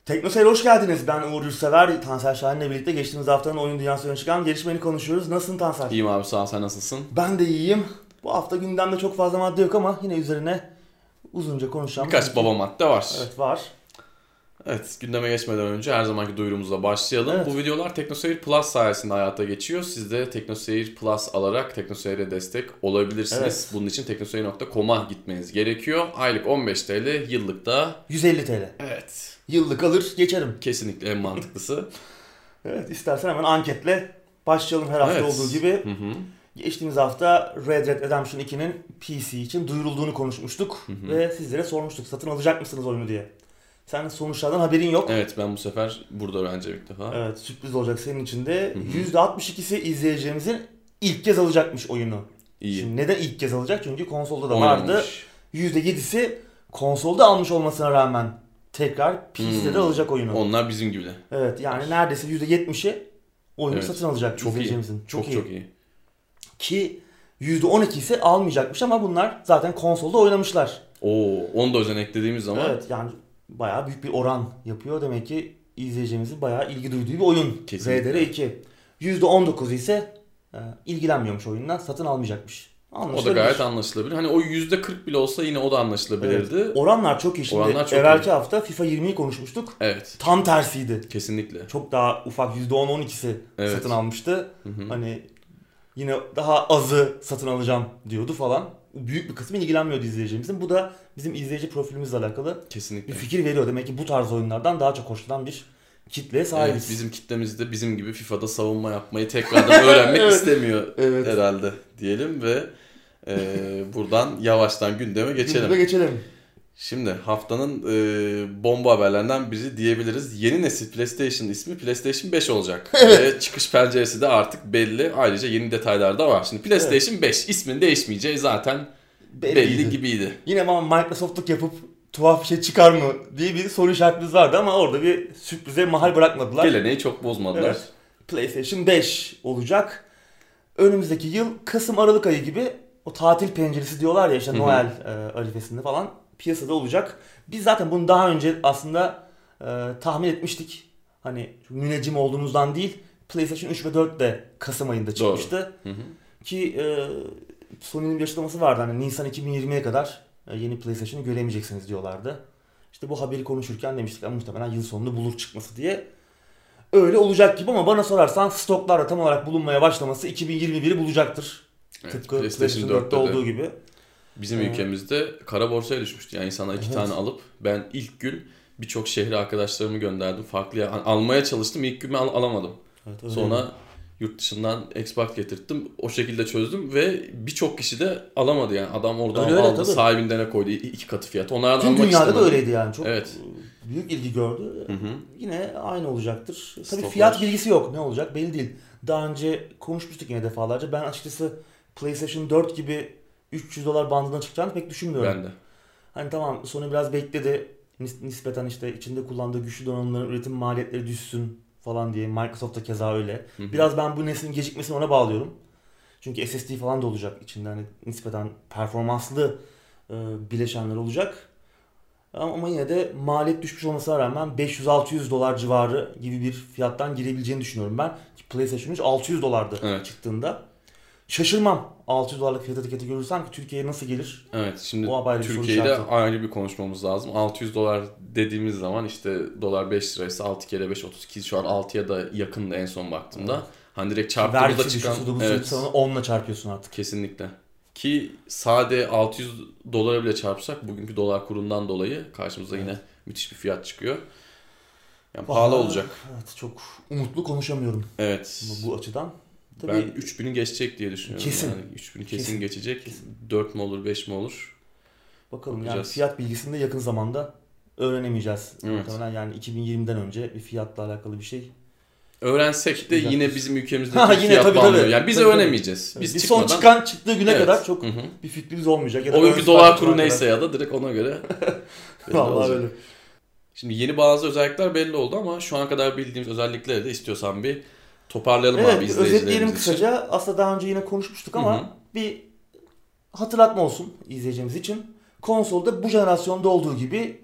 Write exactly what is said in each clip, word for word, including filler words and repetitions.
Teknoseyir'e hoş geldiniz. Ben Uğur Yurtsever, Tansel Şahin'le birlikte geçtiğimiz haftanın oyun dünyası öne çıkan gelişmeni konuşuyoruz. Nasılsın Tansel? İyiyim abi, sağ ol, sen nasılsın? Ben de iyiyim. Bu hafta gündemde çok fazla madde yok ama yine üzerine uzunca konuşacağım. Birkaç baba madde var. Evet, var. Evet, gündeme geçmeden önce her zamanki duyurumuzla başlayalım. Evet. Bu videolar Teknoseyir Plus sayesinde hayata geçiyor. Siz de Teknoseyir Plus alarak Teknoseyir'e destek olabilirsiniz. Evet. Bunun için teknoseyir nokta com'a gitmeniz gerekiyor. Aylık on beş TL, yıllık da yüz elli TL. evet, Yıllık alır geçerim. kesinlikle en mantıklısı. Evet, istersen hemen anketle başlayalım her hafta Evet. olduğu gibi. Hı hı. Geçtiğimiz hafta Red Dead Redemption iki'nin P C için duyurulduğunu konuşmuştuk. Hı hı. Ve sizlere sormuştuk satın alacak mısınız oyunu diye. Sen sonuçlardan haberin yok. Evet, ben bu sefer burada öğreneceğim ilk defa. Evet, sürpriz olacak senin için de. Hı hı. yüzde altmış ikisi izleyeceğimizin ilk kez alacakmış oyunu. İyi. Şimdi neden ilk kez alacak? Çünkü konsolda da vardı. Oynanmış. yüzde yedisi konsolda almış olmasına rağmen tekrar P C'de de Hmm. alacak oyunu. Onlar bizim gibiler. Evet, yani neredeyse yüzde yetmişi oyunu Evet. satın alacak Çok iyi. izleyeceğimizin. Çok çok iyi. Ki yüzde on iki ise almayacakmış ama bunlar zaten konsolda oynamışlar. Oo, onu da özen eklediğimiz zaman Evet, yani bayağı büyük bir oran yapıyor. Demek ki izleyicimizin bayağı ilgi duyduğu bir oyun. Kesinlikle. R D R iki. yüzde on dokuz ise e, ilgilenmiyormuş oyundan, satın almayacakmış. o da Anlaşılabilir. gayet anlaşılabilir. Hani o yüzde kırk bile olsa yine o da anlaşılabilirdi. Evet. Oranlar çok iyi. Şimdi Oranlar çok evvelki iyi. hafta FIFA yirmiyi konuşmuştuk. Evet. Tam tersiydi. Kesinlikle. Çok daha ufak yüzde on on ikisi Evet. satın almıştı. Hı hı. Hani yine daha azı satın alacağım diyordu falan. Büyük bir kısmı ilgilenmiyordu izleyicimizin. Bu da bizim izleyici profilimizle alakalı bir Kesinlikle. fikir veriyor. Demek ki bu tarz oyunlardan daha çok hoşlanan bir kitleye sahibiz. Evet, bizim kitlemiz de bizim gibi FIFA'da savunma yapmayı tekrardan öğrenmek Evet. istemiyor Evet. herhalde diyelim ve e, buradan yavaştan gündeme geçelim. Gündeme geçelim. Şimdi haftanın e, bomba haberlerinden biri diyebiliriz. Yeni nesil PlayStation ismi PlayStation beş olacak. Evet. Ve çıkış penceresi de artık belli. Ayrıca yeni detaylar da var. Şimdi PlayStation beş ismin değişmeyeceği zaten belli Belliydi. gibiydi. Yine ama Microsoft'luk yapıp tuhaf bir şey çıkar mı diye bir soru işaretimiz vardı ama orada bir sürprize mahal bırakmadılar. Geleneği çok bozmadılar. Evet. PlayStation beş olacak. Önümüzdeki yıl Kasım-Aralık ayı gibi o tatil penceresi diyorlar ya işte Hı hı. Noel e, arifesinde falan piyasada olacak. Biz zaten bunu daha önce aslında e, tahmin etmiştik. Hani müneccim olduğumuzdan değil. PlayStation üç ve dört de Kasım ayında çıkmıştı. Hı hı. Ki e, Sony'nin bir açıklaması vardı. Hani Nisan iki bin yirmiye kadar e, yeni PlayStation'ı göremeyeceksiniz diyorlardı. İşte bu haberi konuşurken demiştik ama muhtemelen yıl sonunda bulur çıkması diye. Öyle olacak gibi ama bana sorarsan stoklarda tam olarak bulunmaya başlaması iki bin yirmi biri bulacaktır. Evet, Tıpkı PlayStation PlayStation dörtte dörtte de olduğu gibi. bizim Ee, ülkemizde kara borsaya düşmüştü. Yani insanlar iki Evet. tane alıp ben ilk gün birçok şehre arkadaşlarımı gönderdim. Farklı yer- almaya çalıştım. İlk gün ben al- alamadım. Evet, öyle. Sonra yurt dışından export getirttim. O şekilde çözdüm ve birçok kişi de alamadı yani. Adam oradan Öyle öyle, aldı, tabii. sahibinden ne koydu? İ- iki katı fiyat. Onlardan Tüm almak dünyada da istemedim. öyleydi yani. Çok Evet. büyük ilgi gördü. Hı hı. Yine aynı olacaktır. Tabii Stoklar. fiyat bilgisi yok. Ne olacak belli değil. Daha önce konuşmuştuk yine defalarca. Ben açıkçası PlayStation dört gibi üç yüz dolar bandına çıkacağını pek düşünmüyorum. Ben de. Hani tamam Sony biraz bekledi. Nis- Nispeten işte içinde kullandığı güçlü donanımların üretim maliyetleri düşsün falan diye. Microsoft da keza öyle. Hı hı. Biraz ben bu neslin gecikmesini ona bağlıyorum. Çünkü S S D falan da olacak içinde. Hani nispeten performanslı e, bileşenler olacak. Ama ama yine de maliyet düşmüş olmasına rağmen beş yüz altı yüz dolar civarı gibi bir fiyattan girebileceğini düşünüyorum ben. Ki PlayStation üç altı yüz dolardı Evet. çıktığında. Şaşırmam altı yüz dolarlık fiyat etiketi görürsem ki Türkiye'ye nasıl gelir? Evet, şimdi O apayrı bir soru Türkiye'de işareti. ayrı bir konuşmamız lazım. altı yüz dolar dediğimiz zaman işte dolar beş liraysa altı kere beş otuz iki, şu an altıya da yakındı en son baktığımda. Evet. Hani direkt çarptığımızda Vergisi çıkan düşüyorsa da bu evet, sen onu onla çarpıyorsun artık. kesinlikle. Ki sade altı yüz dolara bile çarpsak bugünkü dolar kurundan dolayı karşımıza yine müthiş bir fiyat çıkıyor. Yani pahalı Vallahi, olacak. Evet, çok umutlu konuşamıyorum Evet. bu, bu açıdan. Tabii Ben üç bini geçecek diye düşünüyorum. Kesin. Yani üç bin kesin, Kesin. geçecek. Kesin. dört mü olur, beş mi olur? bakalım yani bakacağız. fiyat bilgisini de yakın zamanda öğrenemeyeceğiz. Evet. Muhtemelen yani iki bin yirmiden önce bir fiyatla alakalı bir şey. Öğrensek de Çıkacak. yine bizim ülkemizdeki Ha, yine fiyat tabii, bandı. tabii. Yani biz Tabii, tabii. öğrenemeyeceğiz. Biz bir çıkmadan... son çıkan çıktığı güne Evet. kadar çok Hı hı. bir fikrimiz olmayacak. Ya da O günkü ön dolar sipariş kuru var neyse kadar. ya da direkt ona göre belli Vallahi olacak. öyle. Şimdi yeni bazı özellikler belli oldu ama şu ana kadar bildiğimiz özellikleri de istiyorsan bir toparlayalım abi Evet, izleyicilerimiz özetleyelim için. kısaca. Aslında daha önce yine konuşmuştuk ama Hı hı. bir hatırlatma olsun izleyeceğimiz için. Konsolda bu jenerasyonda olduğu gibi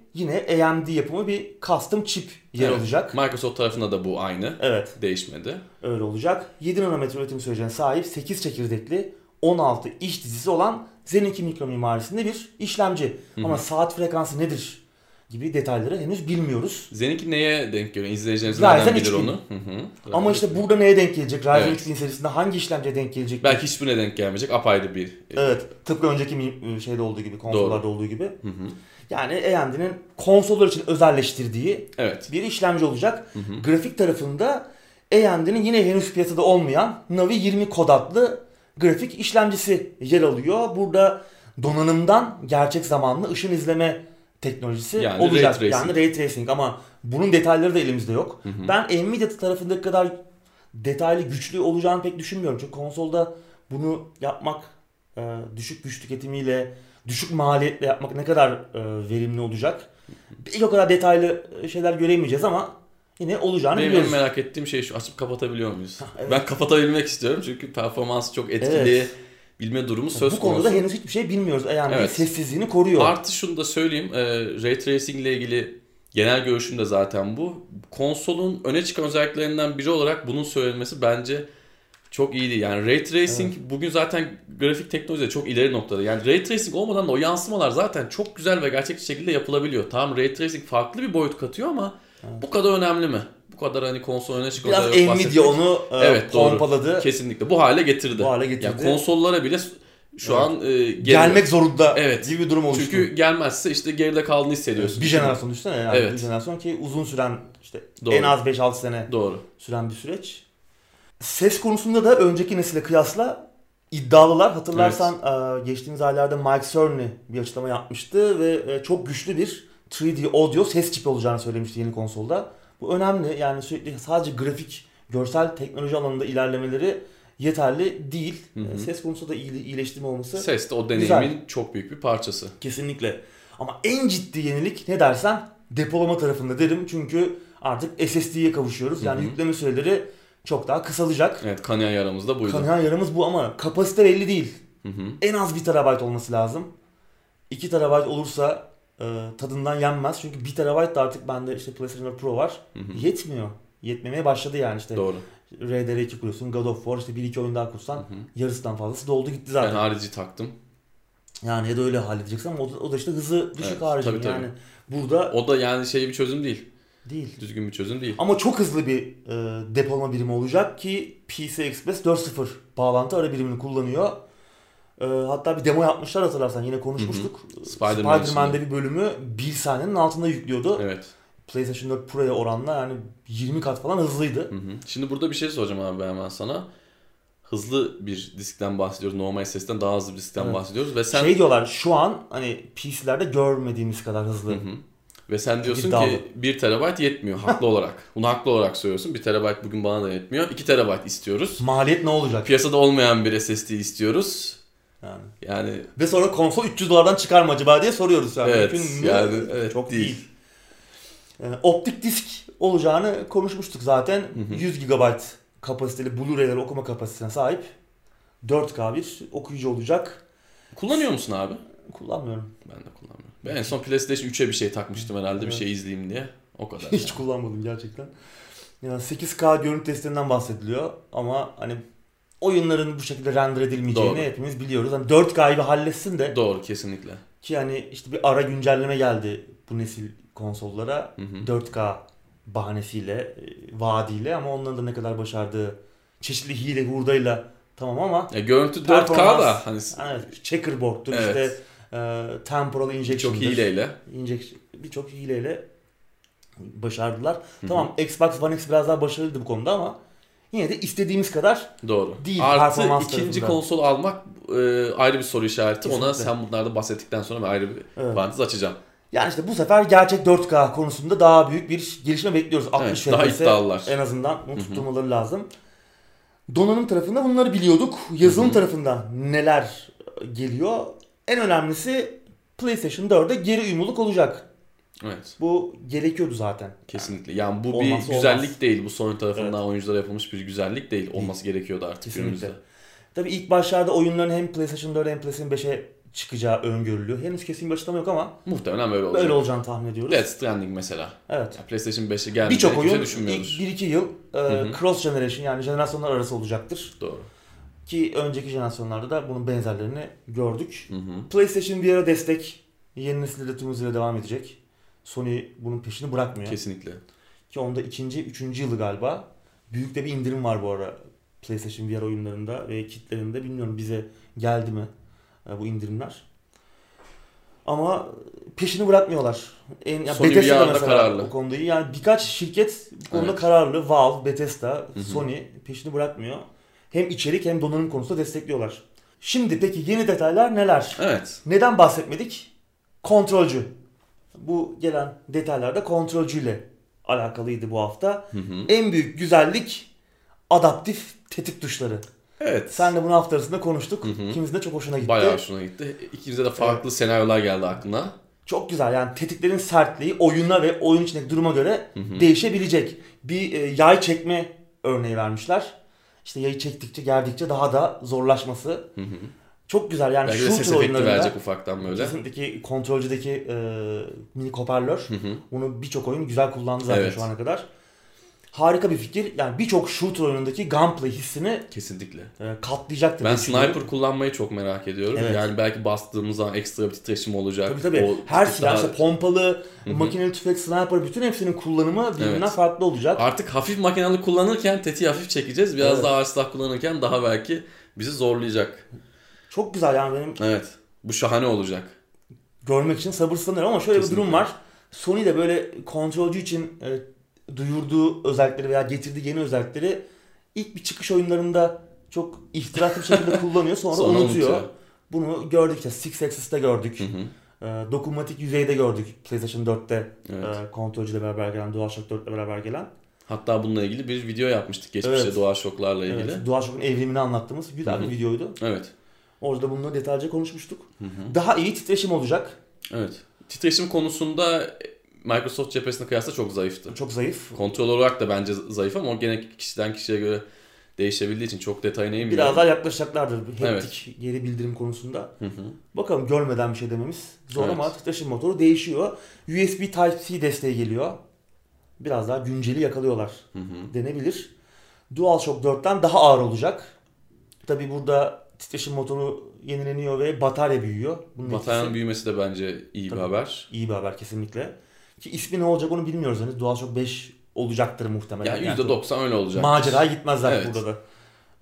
yine A M D yapımı bir custom chip yer Evet. alacak. Microsoft tarafında da bu aynı. Evet. Değişmedi. Öyle olacak. yedi nanometre üretim sürecine sahip sekiz çekirdekli on altı iş dizisi olan Zen iki mikro mimarisinde bir işlemci. Hı hı. Ama saat frekansı nedir gibi detayları henüz bilmiyoruz. Zen iki neye denk geliyor? İzleyicilerimiz Ryzen nereden bilir üç bin. onu? Hı hı. Ama işte burada neye denk gelecek? Ryzen Evet. üç bin serisinde hangi işlemciye denk gelecek? Belki hiçbirine denk gelmeyecek. Apayrı bir. Evet. Tıpkı önceki mi- şeyde olduğu gibi, konsollarda olduğu gibi. Hı hı. Yani A M D'nin konsollar için özelleştirdiği Evet. bir işlemci olacak. Hı hı. Grafik tarafında A M D'nin yine henüz piyasada olmayan Navi yirmi kod adlı grafik işlemcisi yer alıyor. Burada donanımdan gerçek zamanlı ışın izleme teknolojisi Yani olacak. ray tracing. Yani ray tracing ama bunun detayları da elimizde yok. Hı hı. Ben Nvidia tarafındaki kadar detaylı, güçlü olacağını pek düşünmüyorum. Çünkü konsolda bunu yapmak e, düşük güç tüketimiyle, düşük maliyetle yapmak ne kadar e, verimli olacak? Belki o kadar detaylı şeyler göremeyeceğiz ama yine olacağını Benim en biliyoruz. merak ettiğim şey şu. Açıp kapatabiliyor muyuz? Ha, evet. Ben kapatabilmek istiyorum çünkü performansı çok etkili. Evet. Bilme durumu söz Bu konusu. konuda henüz hiçbir şey bilmiyoruz. Yani Evet. sessizliğini koruyor. Artı şunu da söyleyeyim. E, Ray Tracing ile ilgili genel görüşüm de zaten bu. Konsolun öne çıkan özelliklerinden biri olarak bunun söylenmesi bence çok iyiydi. Yani Ray Tracing Evet. bugün zaten grafik teknolojide çok ileri noktada. Yani Ray Tracing olmadan da o yansımalar zaten çok güzel ve gerçekçi şekilde yapılabiliyor. Tamam, Ray Tracing farklı bir boyut katıyor ama Evet. bu kadar önemli mi? Bu kadar hani konsol öne çıkan Biraz özellik Nvidia bahsetmek- onu e, Evet, doğru. pompaladı. Kesinlikle bu hale getirdi. Bu hale getirdi. Yani konsollara bile şu Evet. an e, geliyor. Gelmek zorunda Evet. gibi bir durum oluştu. Çünkü gelmezse işte geride kaldığını hissediyorsun. bir jenerasyon düşünsene yani. Evet. Bir jenerasyon ki uzun süren işte Doğru. en az beş altı sene Doğru. süren bir süreç. Ses konusunda da önceki nesile kıyasla iddialılar. Hatırlarsan e, geçtiğimiz aylarda Mike Cerny bir açıklama yapmıştı ve e, çok güçlü bir üç D audio ses çipi olacağını söylemişti yeni konsolda. Bu önemli. Yani sürekli sadece grafik, görsel teknoloji alanında ilerlemeleri yeterli değil. Hı hı. E, Ses konusunda da iyi, iyileştirme olması Ses de o deneyimin güzel. çok büyük bir parçası. Kesinlikle. Ama en ciddi yenilik ne dersen depolama tarafında derim. Çünkü artık S S D'ye kavuşuyoruz. Yani Hı hı. yükleme süreleri çok daha kısalacak. Evet, kanayan yaramız da buydu. Kanayan yaramız bu ama kapasite belli değil. Hı hı. En az bir terabayt olması lazım. iki terabayt olursa e, tadından yenmez. Çünkü bir terabayt da artık bende işte PlayStation Pro var. Hı hı. Yetmiyor. Yetmemeye başladı yani işte. Doğru. R D R iki kuruyorsun, God of War, işte bir iki oyun daha kursan Hı hı. yarısından fazlası doldu gitti Ben zaten. harici taktım. Yani ya da öyle halledeceksin ama o da, o da işte hızı düşük Evet, haricin tabii, tabii. yani. Burada O da yani şey bir çözüm değil. değil. Düzgün bir çözüm değil. Ama çok hızlı bir e, depolama birimi olacak ki P C Express dört nokta sıfır bağlantı ara birimini kullanıyor. E, hatta bir demo yapmışlar hatırlarsan yine konuşmuştuk. Hı hı. Spider-Man Spider-Man'de bir bölümü bir saniyenin altında yüklüyordu. Evet. PlayStation dört Pro'ya oranla yani yirmi kat falan hızlıydı. Hı hı. Şimdi burada bir şey soracağım abi hemen sana. Hızlı bir diskten bahsediyoruz. Normal S S D'den daha hızlı bir diskten Evet. bahsediyoruz. Ve sen Şey diyorlar şu an hani P C'lerde görmediğimiz kadar hızlı. Hı hı. Ve sen diyorsun İddialı. ki bir terabayt yetmiyor haklı olarak. Bunu haklı olarak söylüyorsun. bir terabayt bugün bana da yetmiyor. iki terabayt istiyoruz. Maliyet ne olacak? Piyasada olmayan bir S S D istiyoruz. Yani. Yani Ve sonra konsol üç yüz dolardan çıkar mı acaba diye soruyoruz. Yani. Evet, Mümkün mü? yani evet, Çok değil. değil. Yani optik disk olacağını konuşmuştuk zaten. Hı hı. yüz gigabayt kapasiteli Blu-ray'ler okuma kapasitesine sahip dört K bir okuyucu olacak. kullanıyor musun abi? Kullanmıyorum. Ben de kullanmıyorum. Ben en son PlayStation üçe bir şey takmıştım herhalde Evet. bir şey izleyeyim diye. O kadar. Hiç yani. kullanmadım gerçekten. Yani sekiz K görüntü testlerinden bahsediliyor ama hani oyunların bu şekilde render edilmeyeceğini Doğru. hepimiz biliyoruz. Hani dört K'yı bir halletsin de Doğru, kesinlikle. ki hani işte bir ara güncelleme geldi bu nesil konsollara. Hı hı. dört K bahanesiyle, e, vaadiyle ama onların da ne kadar başardığı çeşitli hile hurdayla tamam ama Ya görüntü dört K performans, da hani evet, checkerboard'tur Evet. işte e, temporal çok injection'dır. hileyle. Inject- birçok hileyle başardılar. hı. Tamam Xbox One X biraz daha başarılıydı bu konuda ama yine de istediğimiz kadar Doğru. Değil, Artı performans ikinci tarafında. konsol almak e, ayrı bir soru işareti. Ona Kesinlikle. sen bunlarda bahsettikten sonra ben ayrı bir Evet. parantez açacağım. yani işte bu sefer gerçek dört K konusunda daha büyük bir gelişme bekliyoruz. altmış Evet, daha F P S iddialılar. en azından bunu Hı hı. tutturmaları lazım. Donanım tarafında bunları biliyorduk. Yazılım Hı hı. tarafında neler geliyor? En önemlisi PlayStation dörde geri uyumluluk olacak. Evet. Bu gerekiyordu zaten. Kesinlikle. Yani bu Olmazsa bir güzellik olmaz. değil. Bu Sony tarafından Evet. oyunculara yapılmış bir güzellik değil. Olması gerekiyordu artık Kesinlikle. günümüzde. Tabii ilk başlarda oyunların hem PlayStation dörde hem PlayStation beşe çıkacağı öngörülüyor. Henüz kesin bir açıklama yok ama muhtemelen böyle olacak. Böyle olacağını tahmin ediyoruz. Death Stranding mesela. Evet. Yani PlayStation beşe gelmeyeceğini birçok oyun düşünmüyordur. ilk bir iki yıl e, cross generation yani jenerasyonlar arası olacaktır. Doğru. Ki önceki jenerasyonlarda da bunun benzerlerini gördük. Hı hı. PlayStation V R'a destek yeni nesilde tüm hızıyla devam edecek. Sony bunun peşini bırakmıyor. Kesinlikle. Ki onda ikinci, üçüncü yılı galiba. Büyük de bir indirim var bu ara PlayStation V R oyunlarında ve kitlerinde. Bilmiyorum bize geldi mi bu indirimler. Ama peşini bırakmıyorlar. En, yani Sony Bethesda V R'da mesela kararlı. o konuda iyi. Yani birkaç şirket bu konuda Evet. kararlı. Valve, Bethesda, Hı hı. Sony peşini bırakmıyor. Hem içerik hem donanım konusunda destekliyorlar. Şimdi peki yeni detaylar neler? Evet. Neden bahsetmedik? Kontrolcü. Bu gelen detaylarda kontrolcüyle alakalıydı bu hafta. Hı hı. En büyük güzellik adaptif tetik tuşları. Evet. Sen de bunu hafta arasında konuştuk. Hı hı. İkimizin de çok hoşuna gitti. Bayağı hoşuna gitti. İkimize de farklı evet. senaryolar geldi aklına. Çok güzel yani tetiklerin sertliği oyuna ve oyun içindeki duruma göre hı hı. değişebilecek. Bir e, yay çekme örneği vermişler. İşte yayı çektikçe gerdikçe daha da zorlaşması. Hı hı. Çok güzel yani belki shooter oyunlarında. verecek ufaktan böyle. Kesinlikle kontrolcüdeki e, mini hoparlör. Hı hı. Bunu birçok oyun güzel kullandı zaten evet. şu ana kadar. Harika bir fikir. Yani birçok shooter oyunundaki gunplay hissini kesinlikle e, katlayacaktır. Ben sniper kullanmayı çok merak ediyorum. Evet. Yani belki bastığımız zaman ekstra bir titreşim olacak. Tabii tabii. O her silah daha... işte pompalı, Hı-hı. makineli tüfek, sniper bütün hepsinin kullanımı birbirinden evet. farklı olacak. Artık hafif makinalı kullanırken tetiği hafif çekeceğiz. Biraz evet. daha ağır silah kullanırken daha belki bizi zorlayacak. Çok güzel yani benim. Evet. Bu şahane olacak. Görmek için sabırsızlanıyorum ama şöyle Kesinlikle. bir durum var. Sony de böyle kontrolcü için e, duyurduğu özellikleri veya getirdiği yeni özellikleri ilk bir çıkış oyunlarında çok ihtiraslı bir şekilde kullanıyor sonra, sonra unutuyor. unutuyor. Bunu gördük işte Six Axis'te gördük. Hı hı. E, dokunmatik yüzeyde gördük PlayStation dörtte evet. e, kontrolcüyle beraber gelen, DualShock dörtle beraber gelen. Hatta bununla ilgili bir video yapmıştık geçmişte evet. DualShock'larla ilgili. Evet. DualShock'un evrimini anlattığımız güzel Hı-hı. bir videoydu. Evet. Orada bunları detaylıca konuşmuştuk. Hı-hı. Daha iyi titreşim olacak. Evet. Titreşim konusunda Microsoft cephesine kıyasla çok zayıftı. Çok zayıf. Kontrol olarak da bence zayıf ama o gene kişiden kişiye göre değişebildiği için çok detayına inmiyorum. Biraz daha yaklaşacaklardır haptik evet. geri bildirim konusunda. Hı hı. Bakalım görmeden bir şey dememiz zor evet. ama titreşim motoru değişiyor. U S B Type-C desteği geliyor. Biraz daha günceli yakalıyorlar hı hı. denebilir. DualShock dörtten daha ağır olacak. Tabi burada titreşim motoru yenileniyor ve batarya büyüyor. Bunun Bataryanın etkisi... büyümesi de bence iyi Tabii, bir haber. İyi bir haber kesinlikle. Ki ismi ne olacak onu bilmiyoruz henüz. DualShock beş olacaktır muhtemelen. Yani yüzde doksan öyle olacak. Maceraya gitmezler evet. burada da. Ee,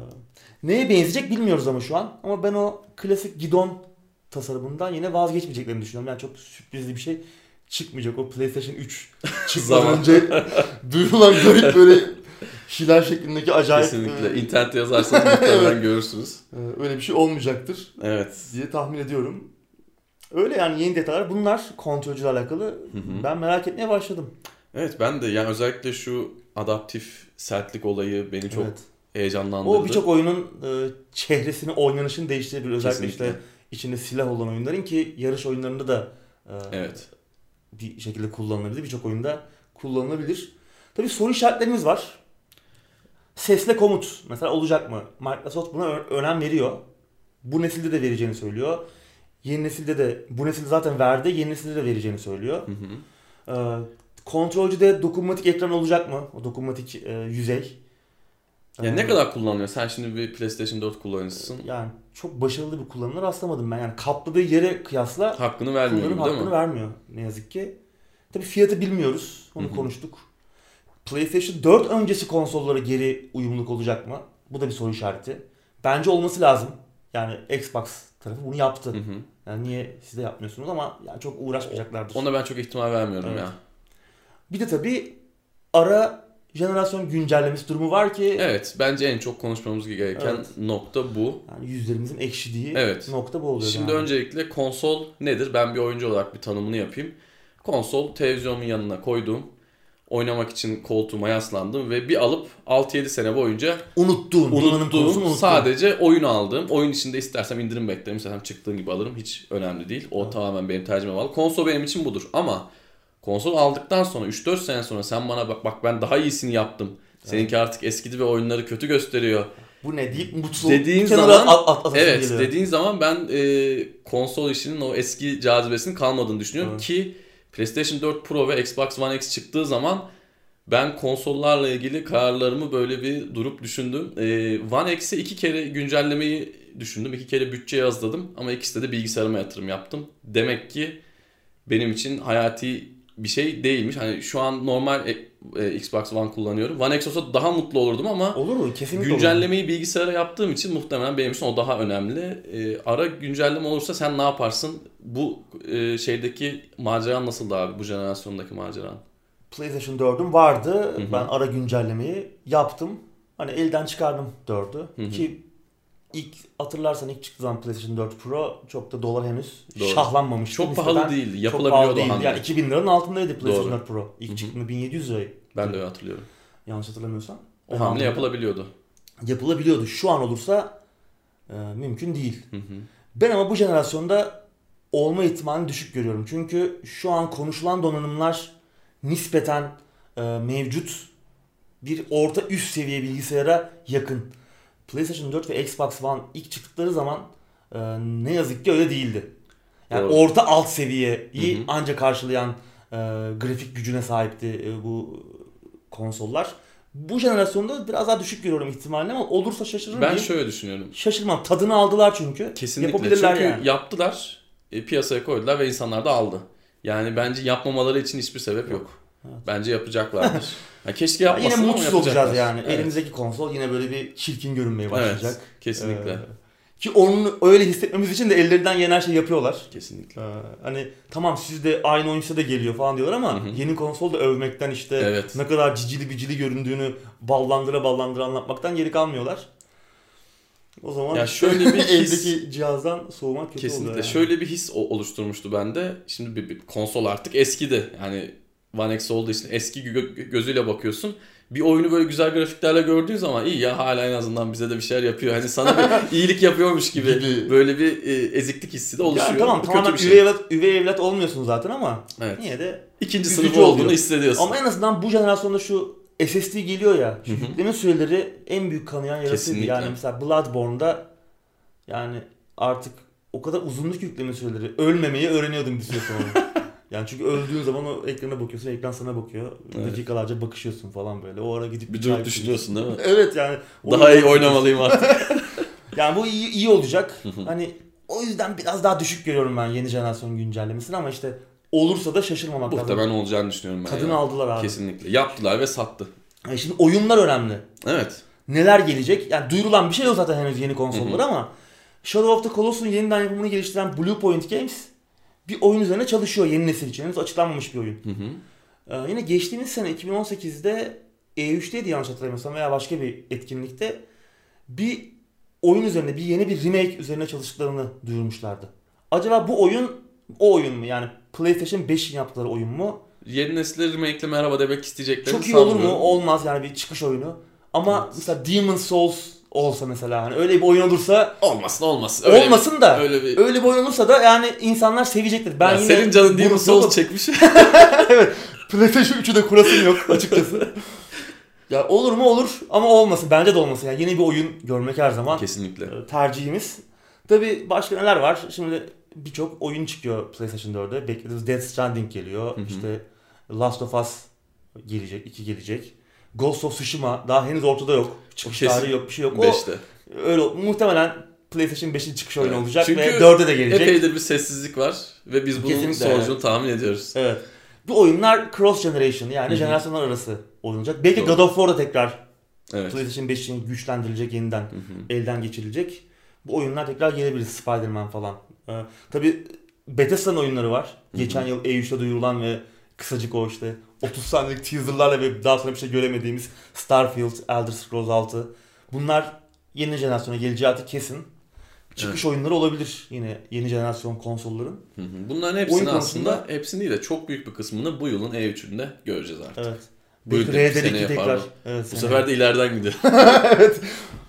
neye benzeyecek bilmiyoruz ama şu an. Ama ben o klasik gidon tasarımından yine vazgeçmeyeceklerini düşünüyorum. Yani çok sürprizli bir şey çıkmayacak. O PlayStation üç çıkmadan önce duyulan garip böyle şiler şeklindeki acayip. Kesinlikle. E... İnternette yazarsanız muhtemelen evet. görürsünüz. Ee, öyle bir şey olmayacaktır. Evet. Diye tahmin ediyorum. Öyle yani yeni detaylar. Bunlar kontrolcüyle alakalı. Hı hı. Ben merak etmeye başladım. Evet ben de yani özellikle şu adaptif sertlik olayı beni çok evet. heyecanlandırdı. O birçok oyunun e, çehresini, oynanışını değiştirebilir. Özellikle Kesinlikle. işte içinde silah olan oyunların ki yarış oyunlarında da e, evet. bir şekilde kullanılabilir. Birçok oyunda kullanılabilir. Tabii soru işaretlerimiz var. Sesle komut mesela olacak mı? Microsoft buna önem veriyor. Bu nesilde de vereceğini söylüyor. Yeni nesilde de, bu nesilde zaten verdi, yeni nesilde de vereceğini söylüyor. Hı hı. Ee, kontrolcüde dokunmatik ekran olacak mı? O dokunmatik e, yüzey. Ya ee, ne kadar kullanılıyor? Sen şimdi bir PlayStation dört kullanıcısın. Yani çok başarılı bir kullanımına rastlamadım ben. Yani kapladığı yere kıyasla hakkını vermiyor değil hakkını mi? vermiyor ne yazık ki. Tabii fiyatı bilmiyoruz. Onu hı hı. konuştuk. PlayStation dört öncesi konsollara geri uyumluluk olacak mı? Bu da bir soru işareti. Bence olması lazım. Yani Xbox tarafı bunu yaptı. Hı hı. Yani niye siz de yapmıyorsunuz ama yani çok uğraşmayacaklardır. Ona ben çok ihtimal vermiyorum evet. ya. Bir de tabii ara jenerasyon güncellemesi durumu var ki. Evet bence en çok konuşmamız gereken evet. nokta bu. Yani yüzlerimizin ekşidiği evet. nokta bu oluyor. Şimdi yani. Öncelikle konsol nedir? Ben bir oyuncu olarak bir tanımını yapayım. Konsol televizyonumun yanına koyduğum, oynamak için koltuğuma yaslandım ve bir alıp altı yedi sene boyunca unuttuğum, unuttuğum sadece oyun aldığım, oyun içinde istersem indirim beklerim, istersem çıktığım gibi alırım, hiç önemli değil. O evet. tamamen benim tercihime bağlı. Konsol benim için budur ama konsol aldıktan sonra üç dört sene sonra sen bana bak bak ben daha iyisini yaptım. Seninki evet. artık eskidi ve oyunları kötü gösteriyor bu ne deyip mutsuz dediğin zaman at, at, evet geliyor. Dediğin zaman ben e, konsol işinin o eski cazibesinin kalmadığını düşünüyorum evet. Ki PlayStation dört Pro ve Xbox One X çıktığı zaman ben konsollarla ilgili kararlarımı böyle bir durup düşündüm. Ee, One X'e iki kere güncellemeyi düşündüm. İki kere bütçe yazladım. Ama ikisinde de bilgisayarıma yatırım yaptım. Demek ki benim için hayati bir şey değilmiş. Hani şu an normal e, e, Xbox One kullanıyorum. One X olsa daha mutlu olurdum ama olur mu? Kesinlikle güncellemeyi olur. Bilgisayara yaptığım için muhtemelen benim için o daha önemli. E, ara güncelleme olursa sen ne yaparsın? Bu e, şeydeki maceran nasıldı abi? Bu jenerasyondaki maceran? PlayStation dördüm vardı. Hı hı. Ben ara güncellemeyi yaptım. Hani elden çıkardım dördü. Hı hı. Ki ilk hatırlarsan ilk çıktığı zaman PlayStation dört Pro çok da dolar henüz Doğru. şahlanmamıştı. Çok pahalı değildi. Yapılabiliyordu. Çok pahalı yani iki bin liranın altındaydı PlayStation Doğru. dört Pro. İlk hı hı. çıktığında bin yedi yüz liraydı. Ben de öyle hatırlıyorum. Yanlış hatırlamıyorsam. O hamle yapılabiliyordu. Yapılabiliyordu. Şu an olursa e, mümkün değil. Hı hı. Ben ama bu jenerasyonda olma ihtimalini düşük görüyorum. Çünkü şu an konuşulan donanımlar nispeten e, mevcut bir orta üst seviye bilgisayara yakın. PlayStation dört ve Xbox One ilk çıktıkları zaman e, ne yazık ki öyle değildi. Yani Doğru. orta alt seviyeyi hı hı. ancak karşılayan e, grafik gücüne sahipti e, bu konsollar. Bu jenerasyonda biraz daha düşük görüyorum ihtimalini ama olursa şaşırırım. Ben diyeyim. Şöyle düşünüyorum. Şaşırmam. Tadını aldılar çünkü. Kesinlikle. Yapabilirler çünkü yani. Yaptılar, e, piyasaya koydular ve insanlar da aldı. Yani bence yapmamaları için hiçbir sebep yok. Evet. Bence yapacaklardır. Yani keşke yapmasın yine ama mutsuz olacağız yani. Evet. Elimizdeki konsol yine böyle bir çirkin görünmeye başlayacak. Evet, kesinlikle. Ee, ki onu öyle hissetmemiz için de ellerinden yeni her şey yapıyorlar. Kesinlikle. Ee, hani tamam sizde aynı oyun size de geliyor falan diyorlar ama hı hı. yeni konsol da övmekten işte evet. ne kadar cicili bicili göründüğünü ballandıra ballandıra anlatmaktan geri kalmıyorlar. O zaman ya şöyle bir his, eldeki cihazdan soğumak kötü kesinlikle. oluyor. Yani. Şöyle bir his oluşturmuştu bende. Şimdi bir, bir konsol artık eskidi. Yani One X olduğu için eski gö- gözüyle bakıyorsun. Bir oyunu böyle güzel grafiklerle gördüğün zaman iyi ya hala en azından bize de bir şeyler yapıyor. Hani sana bir iyilik yapıyormuş gibi, gibi. Böyle bir e, eziklik hissi de oluşuyor. Yani tamam tamamen üvey, şey. evlat, üvey evlat olmuyorsun zaten ama evet. yine de ikinci sınıf olduğunu hissediyorsun. Ama en azından bu jenerasyonda şu S S D geliyor ya. Şu yükleme süreleri en büyük kanayan yarasıydı. Yani mesela Bloodborne'da yani artık o kadar uzunluk yükleme süreleri ölmemeyi öğreniyordum bir süre sonra. Yani çünkü öldüğün zaman o ekrana bakıyorsun, ekran sana bakıyor. Evet. Dakikalarca bakışıyorsun falan böyle. O ara gidip bir durup düşünüyorsun değil mi? Evet yani. Daha iyi oynamalıyım artık. Yani bu iyi, iyi olacak. Hani o yüzden biraz daha düşük görüyorum ben yeni jenerasyon güncellemesini ama işte olursa da şaşırmamak lazım. Muhtemelen olacağını düşünüyorum ben. Tadını ya. aldılar abi. Kesinlikle. Yaptılar ve sattı. Yani şimdi oyunlar önemli. Evet. Neler gelecek? Yani duyurulan bir şey yok zaten henüz yeni konsollar ama Shadow of the Colossus'un yeniden yapımını geliştiren Bluepoint Games bir oyun üzerine çalışıyor yeni nesil için. Henüz açıklanmamış bir oyun. Hı hı. Ee, yine geçtiğimiz sene iki bin on sekizde E üç'teydi yanlış hatırlamıyorsam veya başka bir etkinlikte bir oyun üzerine bir yeni bir remake üzerine çalıştıklarını duyurmuşlardı. Acaba bu oyun o oyun mu? Yani PlayStation beş'in yaptıkları oyun mu? Yeni nesile remake'le merhaba demek isteyeceklerini çok iyi olur mu? Olmaz yani bir çıkış oyunu. Ama evet. mesela Demon's Souls olsa mesela hani öyle bir oyun olursa olmasın olmasın. Öyle olmasın bir, da öyle bir... öyle bir oyun olursa da yani insanlar sevecektir. Ben ya yine senin canın Demon's Souls çekmiş. Evet. PlayStation üç'ü de kurasım yok açıkçası. Ya olur mu olur ama olmasın. Bence de olmasın. Yani yeni bir oyun görmek her zaman kesinlikle tercihimiz. Tabii başka neler var? Şimdi birçok oyun çıkıyor PlayStation dört'e. Beklediğimiz Death Stranding geliyor. Hı hı. İşte Last of Us gelecek, iki gelecek. Ghost of Tsushima daha henüz ortada yok. Çıkış tarihi yok, bir şey yok. beşte. O öyle muhtemelen PlayStation beş'in çıkış oyunu evet. olacak çünkü ve dört'e de gelecek. Epey de bir sessizlik var ve biz bunun kesinlikle sonucunu evet. tahmin ediyoruz. Evet. Bu oyunlar cross generation yani Hı-hı. jenerasyonlar arası oynanacak. Belki Doğru. God of War da tekrar evet. PlayStation beş için güçlendirilecek, yeniden Hı-hı. elden geçirilecek. Bu oyunlar tekrar gelebilir, Spider-Man falan. Ee, tabii Bethesda'nın oyunları var. Hı-hı. Geçen yıl E üç'te duyurulan ve kısacık o işte otuz saniyelik teaserlarla ve daha sonra bir şey göremediğimiz Starfield, Elder Scrolls altı. Bunlar yeni jenerasyona geleceği artık kesin. Çıkış evet. oyunları olabilir yine yeni jenerasyon konsolların. Hı hı. Bunların hepsini aslında konusunda... hepsini değil de çok büyük bir kısmını bu yılın E üç'ünde göreceğiz artık. Evet. Bu yıl R D R iki tekrar. Evet, bu sefer de ileriden gidiyor. Evet.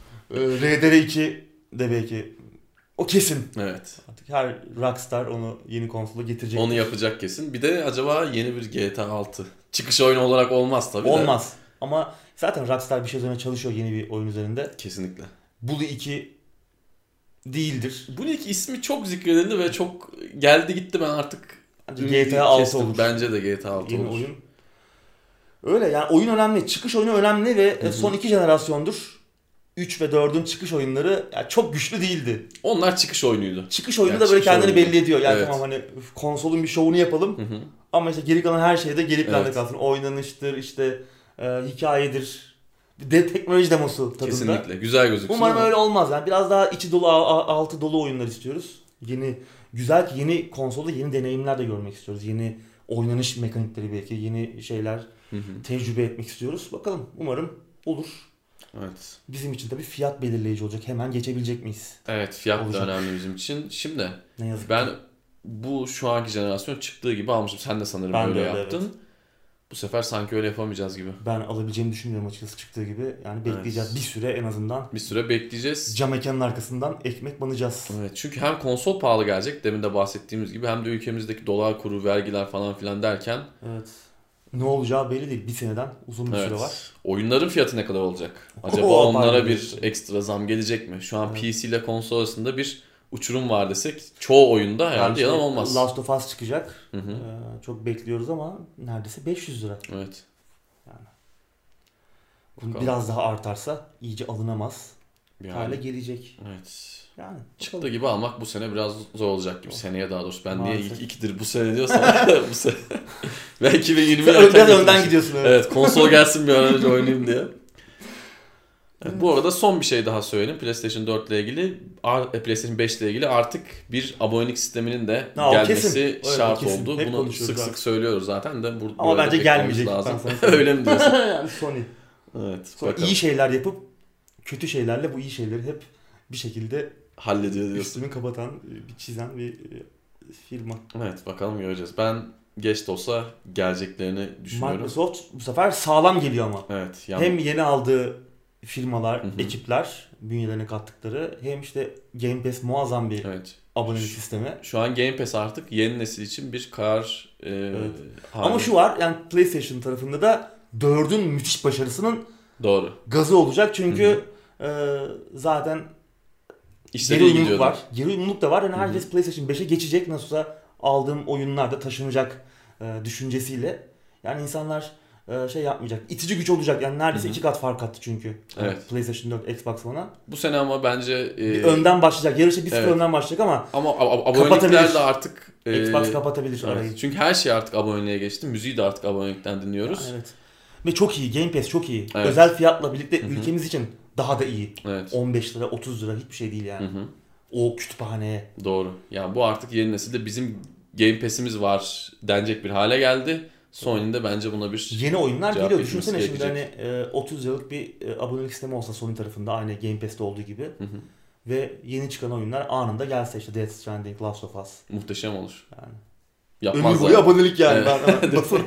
R D R iki de belki o kesin. Evet. Artık her Rockstar onu yeni konsola getirecek. Onu yapacak kesin. Bir de acaba yeni bir G T A altı çıkış oyunu olarak olmaz tabii olmaz. De. Ama zaten Rockstar bir şey üzerine çalışıyor yeni bir oyun üzerinde. Kesinlikle. Bully iki değildir. Bully iki ismi çok zikredildi ve çok geldi gitti, ben artık G T A altı olur. Bence de G T A altı Yeni olur. Oyun. Öyle yani, oyun önemli. Çıkış oyunu önemli ve Hı-hı. son iki jenerasyondur üç ve dördün çıkış oyunları yani çok güçlü değildi. Onlar çıkış oyunuydu. Çıkış oyunu yani da böyle kendini oyunu. belli ediyor. Yani evet. Tamam hani konsolun bir şovunu yapalım. Hı-hı. Ama işte geri kalan her şeyde geri planda evet. kalsın. Oynanıştır, işte e, hikayedir. Bir de teknoloji demosu tadında. Kesinlikle. Güzel gözüksün. Umarım ama öyle olmaz. Yani biraz daha içi dolu, altı dolu oyunlar istiyoruz. Yeni güzel, yeni konsolda yeni deneyimler de görmek istiyoruz. Yeni oynanış mekanikleri, belki yeni şeyler hı hı. tecrübe etmek istiyoruz. Bakalım, umarım olur. Evet. Bizim için tabii fiyat belirleyici olacak. Hemen geçebilecek miyiz? Evet, fiyat olacak. Da önemli bizim için. Şimdi ne yazık ben ki. Bu şu anki jenerasyon çıktığı gibi almışım. Sen de sanırım ben öyle de öyle, yaptın. Evet. Bu sefer sanki öyle yapamayacağız gibi. Ben alabileceğimi düşünmüyorum açıkçası çıktığı gibi. Yani bekleyeceğiz. Evet. Bir süre en azından. Bir süre bekleyeceğiz. Cam mekanın arkasından ekmek banacağız. Evet, çünkü hem konsol pahalı gelecek demin de bahsettiğimiz gibi, hem de ülkemizdeki dolar kuru, vergiler falan filan derken. Evet. Ne olacağı belli değil. Bir seneden uzun bir evet. süre var. Oyunların fiyatı ne kadar olacak? Acaba Oo, onlara bir ekstra zam gelecek mi? Şu an evet. P C ile konsol arasında bir uçurum var desek çoğu oyunda herhalde yani yalan olmaz. Last of Us çıkacak. Hı hı. Ee, çok bekliyoruz ama neredeyse beş yüz lira. Evet. Yani biraz daha artarsa iyice alınamaz yani, hale gelecek. Evet. Yani çıktığı gibi almak bu sene biraz zor olacak gibi. Seneye daha doğrusu. Ben maalesef. Niye ilk ikidir bu sene diyorsam bu sene. Belki ve yirmi önden önden gidiyorsun. Evet. Evet, konsol gelsin bir an önce oynayayım diye. Evet, bu arada son bir şey daha söyleyeyim. PlayStation dört ile ilgili, PlayStation beş ile ilgili artık bir abonelik sisteminin de ha, gelmesi şart evet, oldu. Hep bunu sık sık söylüyoruz zaten de. Bu, ama bence gelmeyecek. Lazım. Öyle mi diyorsun? Yani Sony. Evet. Sonra iyi şeyler yapıp kötü şeylerle bu iyi şeyleri hep bir şekilde hallediyor diyorsun. Üstünü kapatan, bir çizen bir firma. Evet, bakalım göreceğiz. Ben geç de olsa geleceklerini düşünüyorum. Microsoft bu sefer sağlam geliyor ama. Evet. Yani... Hem yeni aldığı firmalar, Hı-hı. ekipler, bünyelerine kattıkları, hem işte Game Pass muazzam bir evet. abonelik şu, sistemi. Şu an Game Pass artık yeni nesil için bir karar e, evet. Ama şu var, yani PlayStation tarafında da dördün müthiş başarısının doğru gazı olacak. Çünkü e, zaten geri uyumluluk var. Geri uyumluluk da var. Yani herkes Hı-hı. PlayStation beşe geçecek. Nasılsa aldığım oyunlar da taşınacak e, düşüncesiyle. Yani insanlar e, şey yapmayacak. İtici güç olacak. Yani neredeyse Hı-hı. iki kat fark attı çünkü. Evet. PlayStation dört, Xbox One'a. Bu sene ama bence e... bir önden başlayacak. Yarışa bir sıfır evet. önden başlayacak ama ama ab- abonelikler de artık e... Xbox kapatabilir evet. arayı. Çünkü her şey artık aboneliğe geçti. Müziği de artık abonelikten dinliyoruz. Yani evet. Ve çok iyi. Game Pass çok iyi. Evet. Özel fiyatla birlikte Hı-hı. ülkemiz için daha da iyi. Evet. on beş lira, otuz lira hiçbir şey değil yani. Hı-hı. O kütüphaneye. Doğru. Yani bu artık yeni nesilde bizim Game Pass'imiz var denecek bir hale geldi. Sony'nin de bence buna bir yeni oyunlar geliyor. Düşünsene şimdi hani otuz liralık bir abonelik sistemi olsa Sony tarafında, aynı Game Pass'te olduğu gibi. Hı hı. Ve yeni çıkan oyunlar anında gelse, işte Death Stranding, Last of Us. Muhteşem olur. Yani. Yapmazlar. Ömür boyu abonelik yani. Evet. Ben,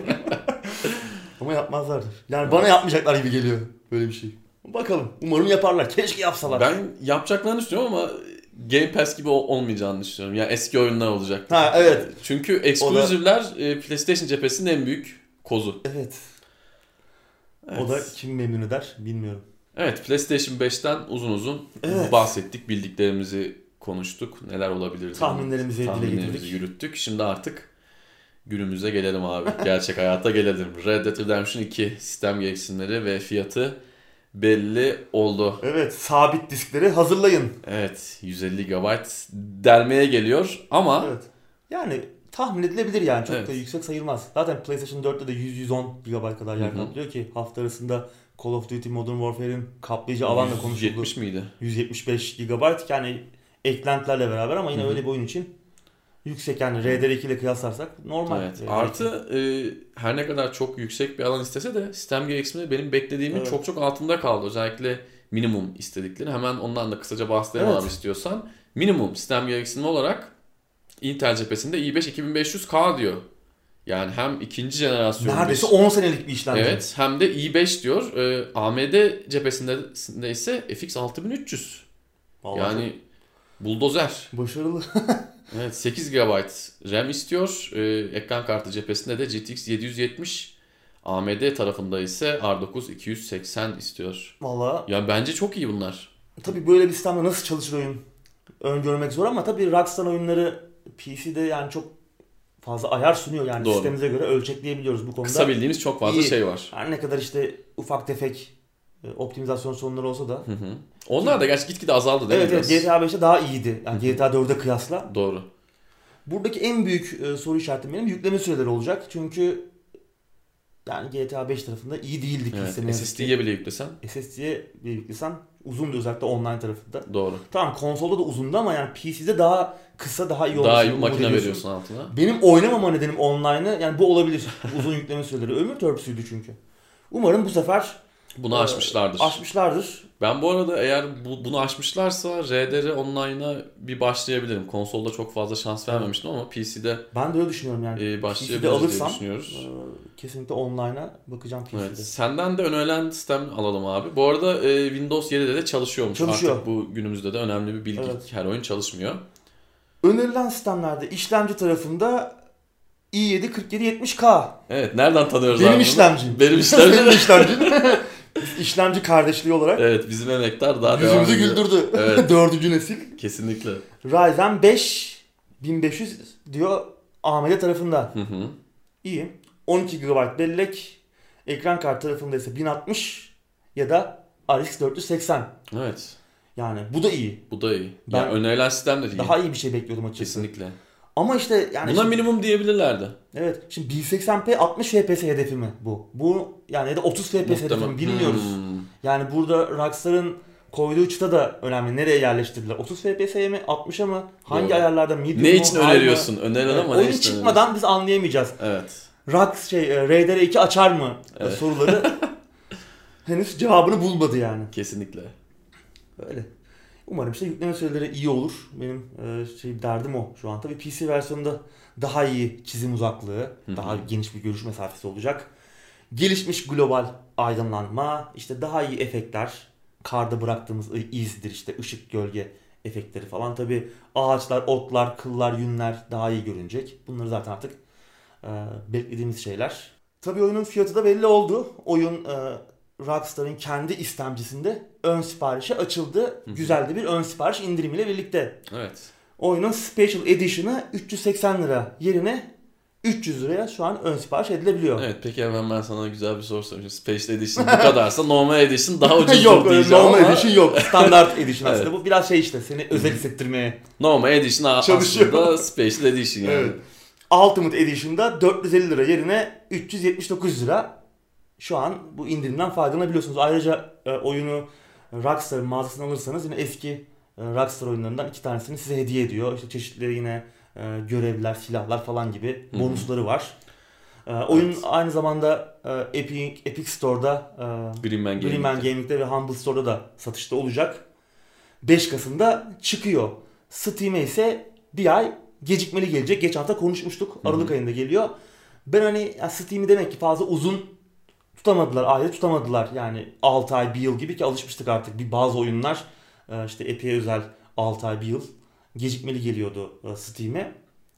ama yapmazlardır. Yani evet. Bana yapmayacaklar gibi geliyor böyle bir şey. Bakalım. Umarım yaparlar. Keşke yapsalar. Ben yapacaklarını düşünüyorum ama Game Pass gibi olmayacağını düşünüyorum. Yani eski oyunlar olacak. Ha evet. Çünkü exclusive'ler da... PlayStation cephesinin en büyük kozu. Evet. evet. O da kim memnun eder bilmiyorum. Evet, PlayStation beşten uzun uzun evet. bahsettik. Bildiklerimizi konuştuk. Neler olabilir? Tahminlerimizi, tahminlerimizi yürüttük. Şimdi artık günümüze gelelim abi. Gerçek hayata gelelim. Red Dead Redemption iki sistem gereksinimleri ve fiyatı belli oldu. Evet, sabit diskleri hazırlayın. Evet, yüz elli gigabayt delmeye geliyor ama evet. Yani tahmin edilebilir yani, çok evet. da yüksek sayılmaz. Zaten PlayStation dörtte de yüz yüz on gigabayt kadar yer kaplıyor ki hafta arasında Call of Duty Modern Warfare'in kaplayacağı alanla konuşuldu. yüz yetmiş miydi? yüz yetmiş beş gigabayt yani eklentilerle beraber, ama yine Hı-hı. öyle bir oyun için yüksek yani. R D R iki ile kıyaslarsak normal. Evet. Artı e, her ne kadar çok yüksek bir alan istese de sistem gereksinimleri benim beklediğimin evet. çok çok altında kaldı. Özellikle minimum istedikleri. Hemen ondan da kısaca bahsedelim evet. abi istiyorsan. Minimum sistem gereksinimi olarak Intel cephesinde i beş iki bin beş yüz K diyor. Yani hem ikinci jenerasyon neredeyse on senelik bir işlemci. Evet, hem de i beş diyor. E, A M D cephesinde ise F X altı bin üç yüz. Vallahi yani buldozer. Başarılı. Evet, sekiz gigabayt RAM istiyor. Ee, ekran kartı cephesinde de G T X yedi yüz yetmiş. A M D tarafında ise R dokuz iki yüz seksen istiyor. Vallahi. Ya bence çok iyi bunlar. tabii böyle bir sistemde nasıl çalışır oyun öngörmek zor ama tabii Rockstar oyunları P C'de yani çok fazla ayar sunuyor yani Doğru. sistemimize göre ölçekleyebiliyoruz bu konuda. Kısa bildiğimiz çok fazla iyi. şey var. Her ne kadar işte ufak tefek optimizasyon sorunları olsa da. Hı hı. Onlar da gerçi gitgide azaldı değil evet, mi? Evet G T A beşte daha iyiydi. Yani G T A dörde kıyasla. Doğru. Buradaki en büyük e, soru işaretim benim yükleme süreleri olacak. Çünkü yani G T A beş tarafında iyi değildik. Evet, S S D'ye bile yüklesen. S S D'ye bile yüklesen uzundu özellikle online tarafında. Doğru. Tamam konsolda da uzundu ama yani P C'de daha kısa daha iyi olması. Daha iyi bir makine veriyorsun altına. Benim oynamama nedenim online'ı yani bu olabilir. Uzun yükleme süreleri. Ömür törpüsüydü çünkü. Umarım bu sefer bunu aşmışlardır. E, aşmışlardır. Ben bu arada eğer bu, bunu aşmışlarsa R D R Online'a bir başlayabilirim. Konsolda çok fazla şans vermemiştim ama P C'de ben de öyle düşünüyorum yani. E, başlayabiliriz diye düşünüyoruz. E, kesinlikle online'a bakacağım P C'de. Evet, senden de önerilen sistem alalım abi. Bu arada e, Windows yedide de çalışıyormuş. Çalışıyor. Artık bu günümüzde de önemli bir bilgi. Evet. Her oyun çalışmıyor. Önerilen sistemlerde işlemci tarafında i yedi kırk yedi yetmiş K. Evet, nereden tanıyoruz Benim abi bunu? işlemcim. Benim işlemcim. Benim işlemcim. İşlemci kardeşliği olarak. Evet, bizim emektar daha devam ediyor. Yüzümüzü güldürdü. Evet. Dördüncü nesil. Kesinlikle. Ryzen beş bin beş yüz diyor A M D tarafında. Hı hı. İyi. on iki gigabayt bellek. Ekran kartı tarafında ise bin altmış ya da R X dört yüz seksen. Evet. Yani bu da iyi. Bu da iyi. Ben yani önerilen sistem de iyi. Daha iyi bir şey bekliyordum açıkçası. Kesinlikle. Ama işte yani buna şimdi, minimum diyebilirlerdi. Evet. Şimdi bin seksen p altmış F P S hedefi mi bu? Bu yani ya da otuz F P S hedefi mi bilmiyoruz. Hmm. Yani burada Rockstar'ın koyduğu çıta da önemli. Nereye yerleştirdiler? otuz F P S'ye mi? altmışa mı? Hangi Doğru. ayarlarda? Medium ne için öneriyorsun? Önerilen evet. ama oyun ne için çıkmadan biz anlayamayacağız. Evet. Rox şey R D R iki açar mı? Evet. Soruları henüz cevabını bulmadı yani. Kesinlikle. Öyle. Umarım işte yükleme süreleri iyi olur. Benim e, şey derdim o şu an. Tabii P C versiyonunda daha iyi çizim uzaklığı, Hı-hı. daha geniş bir görüş mesafesi olacak. Gelişmiş global aydınlanma, işte daha iyi efektler, karda bıraktığımız izdir, işte ışık, gölge efektleri falan. Tabii ağaçlar, otlar, kıllar, yünler daha iyi görünecek. Bunları zaten artık e, beklediğimiz şeyler. Tabii oyunun fiyatı da belli oldu. Oyun e, Rockstar'ın kendi istemcisinde ön siparişe açıldı. Hı-hı. Güzel de bir ön sipariş indirimiyle birlikte. Evet. Oyunun Special Edition'ı üç yüz seksen lira yerine üç yüz liraya şu an ön sipariş edilebiliyor. Evet, peki hemen ben sana güzel bir soru sorayım. Special Edition bu kadarsa Normal Edition daha ucuzdur yok, diyeceğim Normal ama. Edition yok. Standart Edition aslında. Evet. Bu biraz şey işte seni özel hissettirmeye Normal Edition aslında Special Edition yani. Evet. Ultimate Edition'da dört yüz elli lira yerine üç yüz yetmiş dokuz lira. Şu an bu indirimden faydalanabiliyorsunuz. Ayrıca e, oyunu Rockstar'ın mağazasından alırsanız yine eski e, Rockstar oyunlarından iki tanesini size hediye ediyor. İşte çeşitleri yine e, görevler, silahlar falan gibi bonusları var. E, oyun evet. aynı zamanda e, Epic, Epic Store'da, e, Green Man Green Man Gaming'de ve Humble Store'da da satışta olacak. beş Kasım'da çıkıyor. Steam'e ise bir ay gecikmeli gelecek. Geçen hafta konuşmuştuk. Aralık Hı-hı. ayında geliyor. Ben hani Steam'i demek ki fazla uzun tutamadılar, aile tutamadılar. Yani altı ay, bir yıl gibi ki alışmıştık artık. Bir bazı oyunlar işte Epic'e özel altı ay, bir yıl gecikmeli geliyordu Steam'e.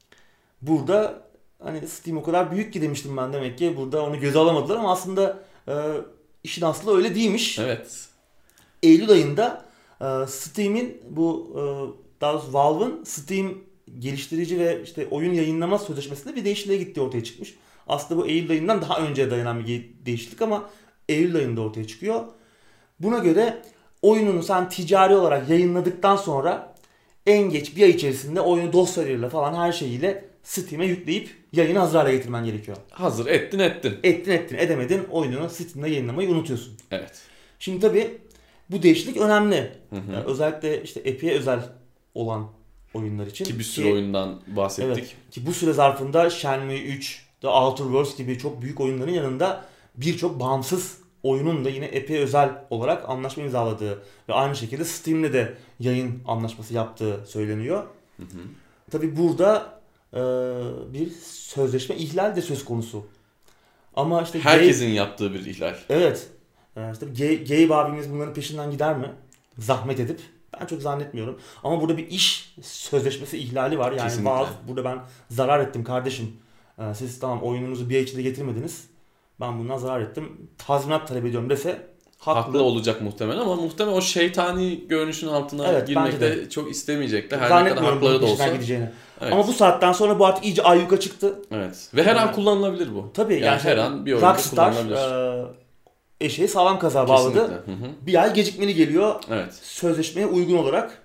Burada hani Steam o kadar büyük ki demiştim ben demek ki burada onu göze alamadılar ama aslında e, işin aslı öyle değilmiş. Evet. Eylül ayında e, Steam'in bu e, daha doğrusu Valve'ın Steam geliştirici ve işte oyun yayınlama sözleşmesinde bir değişikliğe gittiği ortaya çıkmış. Aslında bu Eylül ayından daha önce dayanan bir değişiklik ama Eylül ayında ortaya çıkıyor. Buna göre oyununu sen ticari olarak yayınladıktan sonra en geç bir ay içerisinde oyunu dosyalarıyla falan her şeyiyle Steam'e yükleyip yayını hazır hale getirmen gerekiyor. Hazır ettin ettin. Ettin ettin edemedin oyununu Steam'de yayınlamayı unutuyorsun. Evet. Şimdi tabii bu değişiklik önemli. Hı hı. Yani özellikle işte Epic'e özel olan oyunlar için. Ki bir sürü ki, oyundan bahsettik. Evet, ki bu süre zarfında Shenmue üç, The Outer Worlds gibi çok büyük oyunların yanında birçok bağımsız oyunun da yine Epic'e özel olarak anlaşma imzaladığı ve aynı şekilde Steam'le de yayın anlaşması yaptığı söyleniyor. Hı hı. Tabii burada e, bir sözleşme ihlal de söz konusu. Ama işte herkesin Gabe, yaptığı bir ihlal. Evet. E, işte Gabe abimiz bunların peşinden gider mi? Zahmet edip. Ben çok zannetmiyorum. Ama burada bir iş sözleşmesi ihlali var. Yani Valve burada ben zarar ettim kardeşim. Ee, siz tamam oyununuzu bir ay içinde getirmediniz. Ben bundan zarar ettim. Tazminat talep ediyorum dese haklı, haklı olacak muhtemelen ama muhtemelen o şeytani görünüşün altına evet, girmekte çok istemeyecekler. Her ne kadar hakları da olsa. Evet. Ama bu saatten sonra bu artık iyice ayyuka çıktı. Evet. Ve her yani, an kullanılabilir bu. Tabii yani, yani her an bir oyunda kullanılabilir. Rockstar e, eşeği sağlam kaza bağladı. Hı hı. Bir ay gecikmeli geliyor. Evet. Sözleşmeye uygun olarak.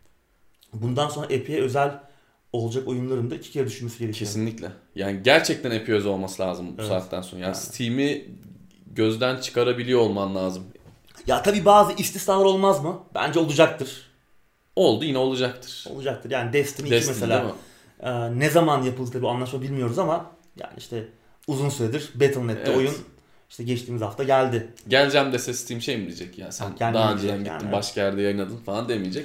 Bundan sonra Epic'e özel olacak oyunların da iki kere düşünmesi gerekiyor. Kesinlikle. Yani gerçekten Epic'e özel olması lazım bu evet. saatten sonra. Yani, yani Steam'i gözden çıkarabiliyor olman lazım. Ya tabii bazı istisnalar olmaz mı? Bence olacaktır. Oldu yine olacaktır. Olacaktır. Yani Destiny, Destiny iki mesela e, ne zaman yapıldı tabii anlaşma bilmiyoruz ama yani işte uzun süredir Battle nokta net'te evet. oyun işte geçtiğimiz hafta geldi. Geleceğim dese Steam şey mi diyecek ya sen yani daha önceden gittin yani, başka yerde yayınladın falan demeyecek.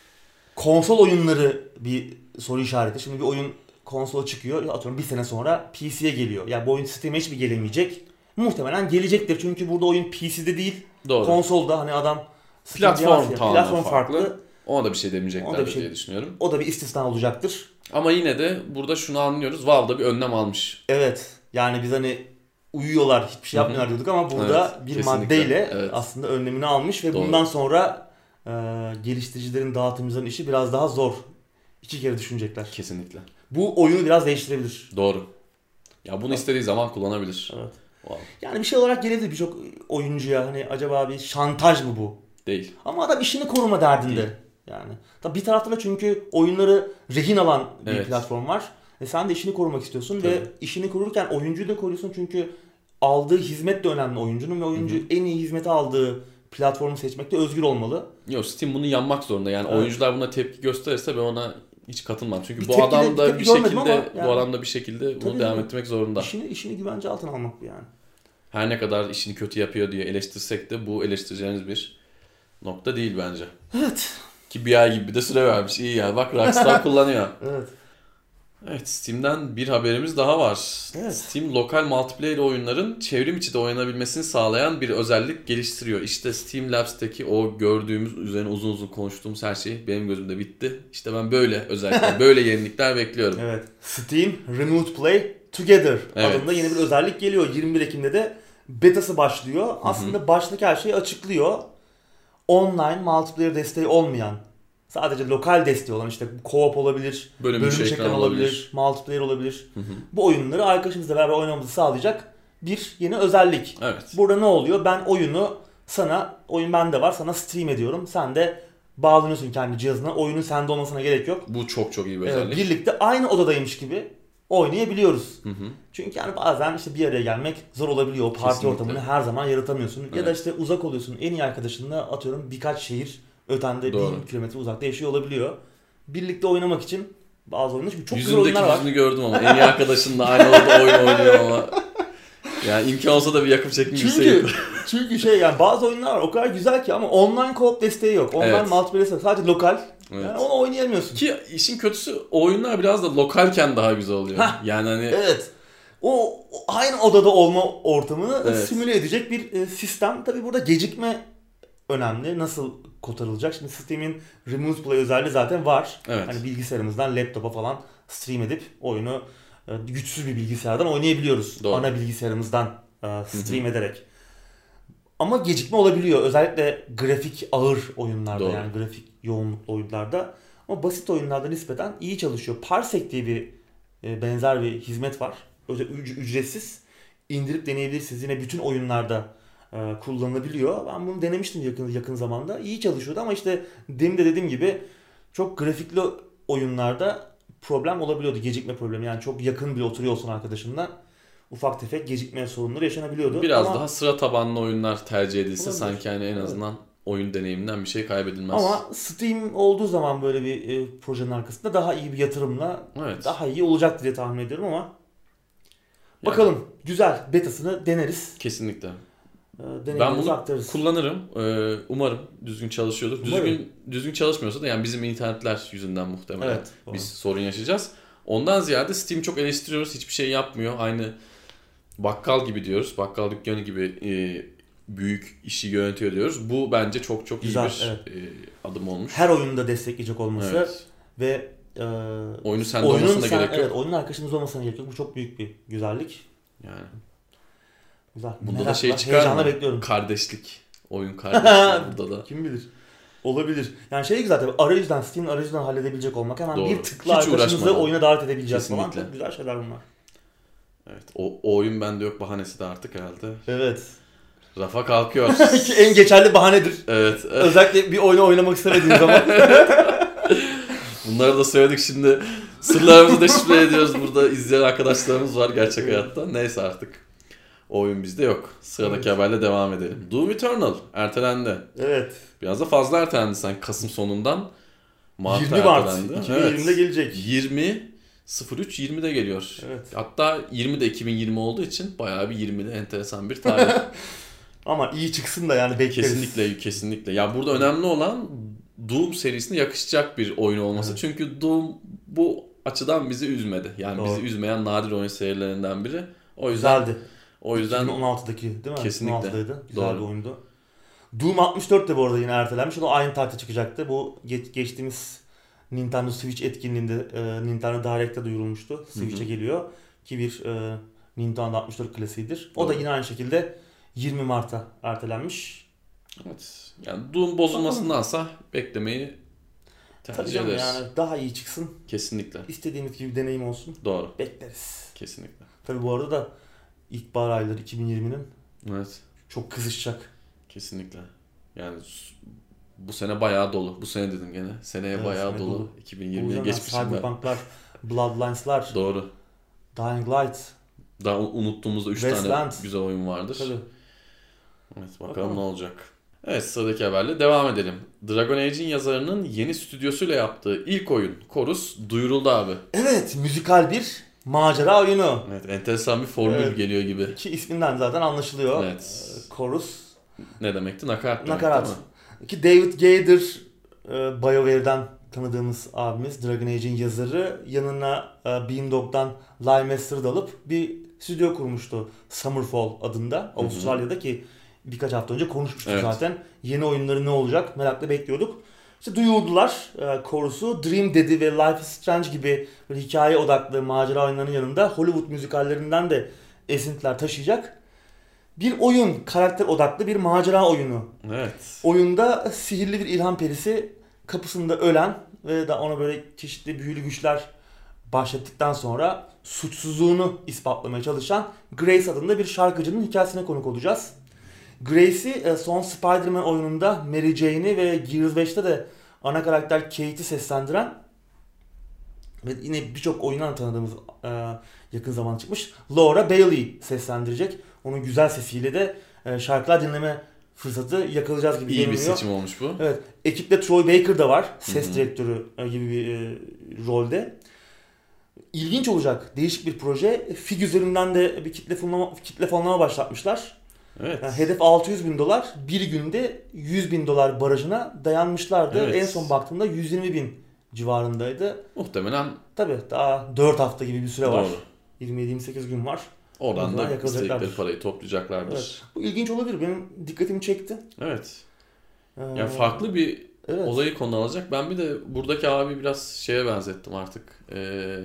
Konsol oyunları bir soru işareti. Şimdi bir oyun konsola çıkıyor. Atıyorum bir sene sonra P C'ye geliyor. Yani bu oyun Steam'e hiç mi gelemeyecek? Muhtemelen gelecektir. Çünkü burada oyun P C'de değil. Doğru. Konsolda hani adam platform tamamen platform farklı. farklı. Ona da bir şey demeyecekler bir şey, diye düşünüyorum. O da bir istisna olacaktır. Ama yine de burada şunu anlıyoruz. Valve da bir önlem almış. Evet. Yani biz hani uyuyorlar hiçbir şey yapmıyorlar diyorduk ama burada evet, bir kesinlikle. maddeyle evet. aslında önlemini almış ve Doğru. bundan sonra e, geliştiricilerin, dağıtımcıların işi biraz daha zor. İki kere düşünecekler. Kesinlikle. Bu oyunu biraz değiştirebilir. Doğru. Ya bunu evet. istediği zaman kullanabilir. Evet. Wow. Yani bir şey olarak gelebilir birçok oyuncuya hani acaba bir şantaj mı bu? Değil. Ama adam işini koruma derdinde. Değil. Yani. Tabii bir taraftan da çünkü oyunları rehin alan bir evet. platform var. E sen de işini korumak istiyorsun Tabii. ve işini korurken oyuncuyu da koruyorsun çünkü aldığı hizmet de önemli oyuncunun ve oyuncu Hı-hı. en iyi hizmeti aldığı platformu seçmekte özgür olmalı. Yok Steam bunu yanmak zorunda. Yani evet. oyuncular buna tepki gösterirse ben ona hiç katılmam. Çünkü bir bu adam da bir şekilde yani. bu adam da bir şekilde bunu Tabii devam mi? ettirmek zorunda. İşini işini güvence altına almak bu yani. Her ne kadar işini kötü yapıyor diye eleştirsek de bu eleştireceğiniz bir nokta değil bence. Evet. Ki bir ay gibi de süre vermiş. İyi ya. Bak Rockstar kullanıyor. Evet. Evet, Steam'den bir haberimiz daha var. Evet. Steam lokal multiplayer oyunların çevrim içi de oynanabilmesini sağlayan bir özellik geliştiriyor. İşte Steam Labs'teki o gördüğümüz, üzerine uzun uzun konuştuğumuz her şey benim gözümde bitti. İşte ben böyle özellikler, böyle yenilikler bekliyorum. Evet. Steam Remote Play Together evet. adında yeni bir özellik geliyor. yirmi bir Ekim'de de betası başlıyor. Aslında Hı-hı. baştaki her şeyi açıklıyor. Online multiplayer desteği olmayan, sadece lokal desteği olan işte co-op olabilir, bölüm, bölüm çeken olabilir, olabilir, multiplayer olabilir. Hı hı. Bu oyunları arkadaşımızla beraber oynamamızı sağlayacak bir yeni özellik. Evet. Burada ne oluyor? Ben oyunu sana, oyun bende var, sana stream ediyorum. Sen de bağlanıyorsun kendi cihazına. Oyunun sende olmasına gerek yok. Bu çok çok iyi bir özellik. Ee, birlikte aynı odadaymış gibi oynayabiliyoruz. Hı hı. Çünkü yani bazen işte bir araya gelmek zor olabiliyor. O parti Kesinlikle. ortamını her zaman yaratamıyorsun. Evet. Ya da işte uzak oluyorsun. En iyi arkadaşınla atıyorum birkaç şehir ötende Doğru. bin kilometre uzakta yaşıyor olabiliyor. Birlikte oynamak için bazı oyunlar çünkü çok Yüzündeki güzel oyunlar var. Yüzünü gördüm ama en iyi arkadaşınla aynı odada oyun oynuyor ama. Yani imkan olsa da bir yakıp çekim çünkü, çünkü şey yani bazı oyunlar var o kadar güzel ki ama online co-op desteği yok. Online evet. multiplayer sadece lokal. Evet. Yani onu oynayamıyorsun. Ki işin kötüsü oyunlar biraz da lokalken daha güzel oluyor. Heh, yani hani evet. O, o aynı odada olma ortamını evet. simüle edecek bir e, sistem. Tabii burada gecikme önemli. Nasıl kotarılacak? Şimdi Steam'in Remote Play özelliği zaten var. Evet. Hani bilgisayarımızdan laptopa falan stream edip oyunu e, güçsüz bir bilgisayardan oynayabiliyoruz. Doğru. Ana bilgisayarımızdan e, stream Hı-hı. ederek. Ama gecikme olabiliyor. Özellikle grafik ağır oyunlarda Doğru. yani grafik yoğunluklu oyunlarda. Ama basit oyunlarda nispeten iyi çalışıyor. Parsec diye bir e, benzer bir hizmet var. Özel ücretsiz. İndirip deneyebilirsiniz. Yine bütün oyunlarda e, kullanılabiliyor. Ben bunu denemiştim yakın yakın zamanda. İyi çalışıyordu ama işte demin de dediğim gibi çok grafikli oyunlarda problem olabiliyordu. Gecikme problemi. Yani çok yakın bir oturuyorsun arkadaşınla. Ufak tefek gecikme sorunları yaşanabiliyordu. Biraz ama daha sıra tabanlı oyunlar tercih edilse olabilir. Sanki yani en azından evet. oyun deneyiminden bir şey kaybedilmez. Ama Steam olduğu zaman böyle bir e, projenin arkasında daha iyi bir yatırımla evet. daha iyi olacak diye tahmin ediyorum ama bakalım yani. Güzel betasını deneriz. Kesinlikle. E, ben bunu aktarırız. kullanırım. E, umarım düzgün çalışıyordur. Umarım. Düzgün düzgün çalışmıyorsa da yani bizim internetler yüzünden muhtemelen evet, biz sorun yaşayacağız. Ondan ziyade Steam çok eleştiriyoruz. Hiçbir şey yapmıyor. Aynı bakkal gibi diyoruz. Bakkal dükkanı gibi e, büyük işi yönetiyor diyoruz. Bu bence çok çok Güzel, iyi bir evet. e, adım olmuş. Her oyunda destekleyecek olması evet. ve e, oyunu sende olmasına da sen, gerek yok. Evet, oyunun arkadaşımız olmasına gerek yok. Bu çok büyük bir güzellik. Yani. Güzel. Bunda Merakla, da şey çıkar mı? Bekliyorum. Kardeşlik oyun kardeşi burada da. Kim bilir. Olabilir. Yani şey güzel tabii, arayüzden, Steam'in arayüzünden halledebilecek olmak, hemen Doğru. bir tıkla arkadaşınızı oyuna davet edebileceğiz falan. Çok güzel şeyler bunlar. Evet, o, o oyun bende yok bahanesi de artık herhalde. Evet. Rafa kalkıyor. En geçerli bahanedir. Evet, evet. Özellikle bir oyunu oynamak istemediğin zaman. Bunları da söyledik şimdi. Sırlarımızı deşifre ediyoruz burada. İzleyen arkadaşlarımız var gerçek hayatta. Neyse artık. O oyun bizde yok. Sıradaki evet. haberle devam edelim. Doom Eternal ertelendi. Evet. Biraz da fazla ertelendi sanki Kasım sonundan. Mart'ta yirmi Mart iki bin yirmide evet. gelecek. yirmi üç yirmide geliyor. Evet. Hatta yirmi de iki bin yirmi olduğu için bayağı bir yirmide enteresan bir tarih. Ama iyi çıksın da yani bekleriz. Kesinlikle kesinlikle. Ya burada önemli olan Doom serisine yakışacak bir oyun olması. Evet. Çünkü Doom bu açıdan bizi üzmedi. Yani Doğru. bizi üzmeyen nadir oyun serilerinden biri. O yüzden Güzeldi. O yüzden iki bin on altıdaki değil mi? Kesinlikle. Güzel Doğru. bir oyundu. Doom altmış dört de bu arada yine ertelenmiş. O da aynı tarihte çıkacaktı. Bu geç, geçtiğimiz Nintendo Switch etkinliğinde e, Nintendo Direct'te duyurulmuştu. Switch'e geliyor. Ki bir e, Nintendo altmış dört klasiğidir. O Doğru. da yine aynı şekilde yirmi Mart'a ertelenmiş. Evet. Yani Doom bozulmasındansa beklemeyi tercih ederiz. Yani daha iyi çıksın. Kesinlikle. İstediğimiz gibi bir deneyim olsun. Doğru. Bekleriz. Kesinlikle. Tabii bu arada da ilkbahar ayları iki bin yirminin evet. çok kızışacak. Kesinlikle. Yani bu sene bayağı dolu. Bu sene dedim gene. Seneye evet, bayağı sene dolu. dolu. iki bin yirmiye geçmişim ben. Cyberpunk'lar, Bloodlines'lar. Doğru. Dying Light. Daha unuttuğumuzda üç tane güzel oyun vardır. Tabii. Evet, bakalım, bakalım ne olacak. Evet, sıradaki haberle devam edelim. Dragon Age'in yazarının yeni stüdyosuyla yaptığı ilk oyun Chorus duyuruldu abi. Evet, müzikal bir macera oyunu. Evet, enteresan bir formül evet. geliyor gibi. Ki isminden zaten anlaşılıyor. Evet. Chorus. Ne demekti? Nakarat demek. Nakarat. Ki David Gaider, e, BioWare'den tanıdığımız abimiz, Dragon Age'in yazarı, yanına e, Beam Dog'dan Lie Master'ı alıp bir stüdyo kurmuştu. Summerfall adında. Hı-hı. Avustralya'da, ki birkaç hafta önce konuşmuştuk evet. zaten. Yeni oyunları ne olacak merakla bekliyorduk. İşte duyurdular e, Chorus'u. Dream Daddy ve Life is Strange gibi böyle hikaye odaklı macera oyunlarının yanında Hollywood müzikallerinden de esintiler taşıyacak bir oyun, karakter odaklı bir macera oyunu. Evet. Oyunda sihirli bir ilham perisi kapısında ölen ve da ona böyle çeşitli büyülü güçler başlattıktan sonra suçsuzluğunu ispatlamaya çalışan Grace adında bir şarkıcının hikayesine konuk olacağız. Grace'i son Spider-Man oyununda Mary Jane'i ve Gears beşte de ana karakter Kate'i seslendiren ve yine birçok oyundan tanıdığımız yakın zamanda çıkmış Laura Bailey seslendirecek. Onun güzel sesiyle de şarkılar dinleme fırsatı yakalayacağız gibi İyi görünüyor. İyi bir seçim olmuş bu. Evet. Ekipte Troy Baker da var. Ses Hı-hı. direktörü gibi bir e, rolde. İlginç olacak. Değişik bir proje. Fig üzerinden de bir kitle fonlama, kitle fonlama başlatmışlar. Evet. Yani hedef altı yüz bin dolar. Bir günde yüz bin dolar barajına dayanmışlardı. Evet. En son baktığımda yüz yirmi bin civarındaydı. Muhtemelen. Tabii daha dört hafta gibi bir süre Doğru. var. yirmi yedi yirmi sekiz gün var. Oradan da istedikleri parayı toplayacaklardır. Evet. Bu ilginç olabilir. Benim dikkatimi çekti. Evet. Ee, yani farklı bir evet. olayı konu alacak. Ben bir de buradaki abi biraz şeye benzettim artık. Ee,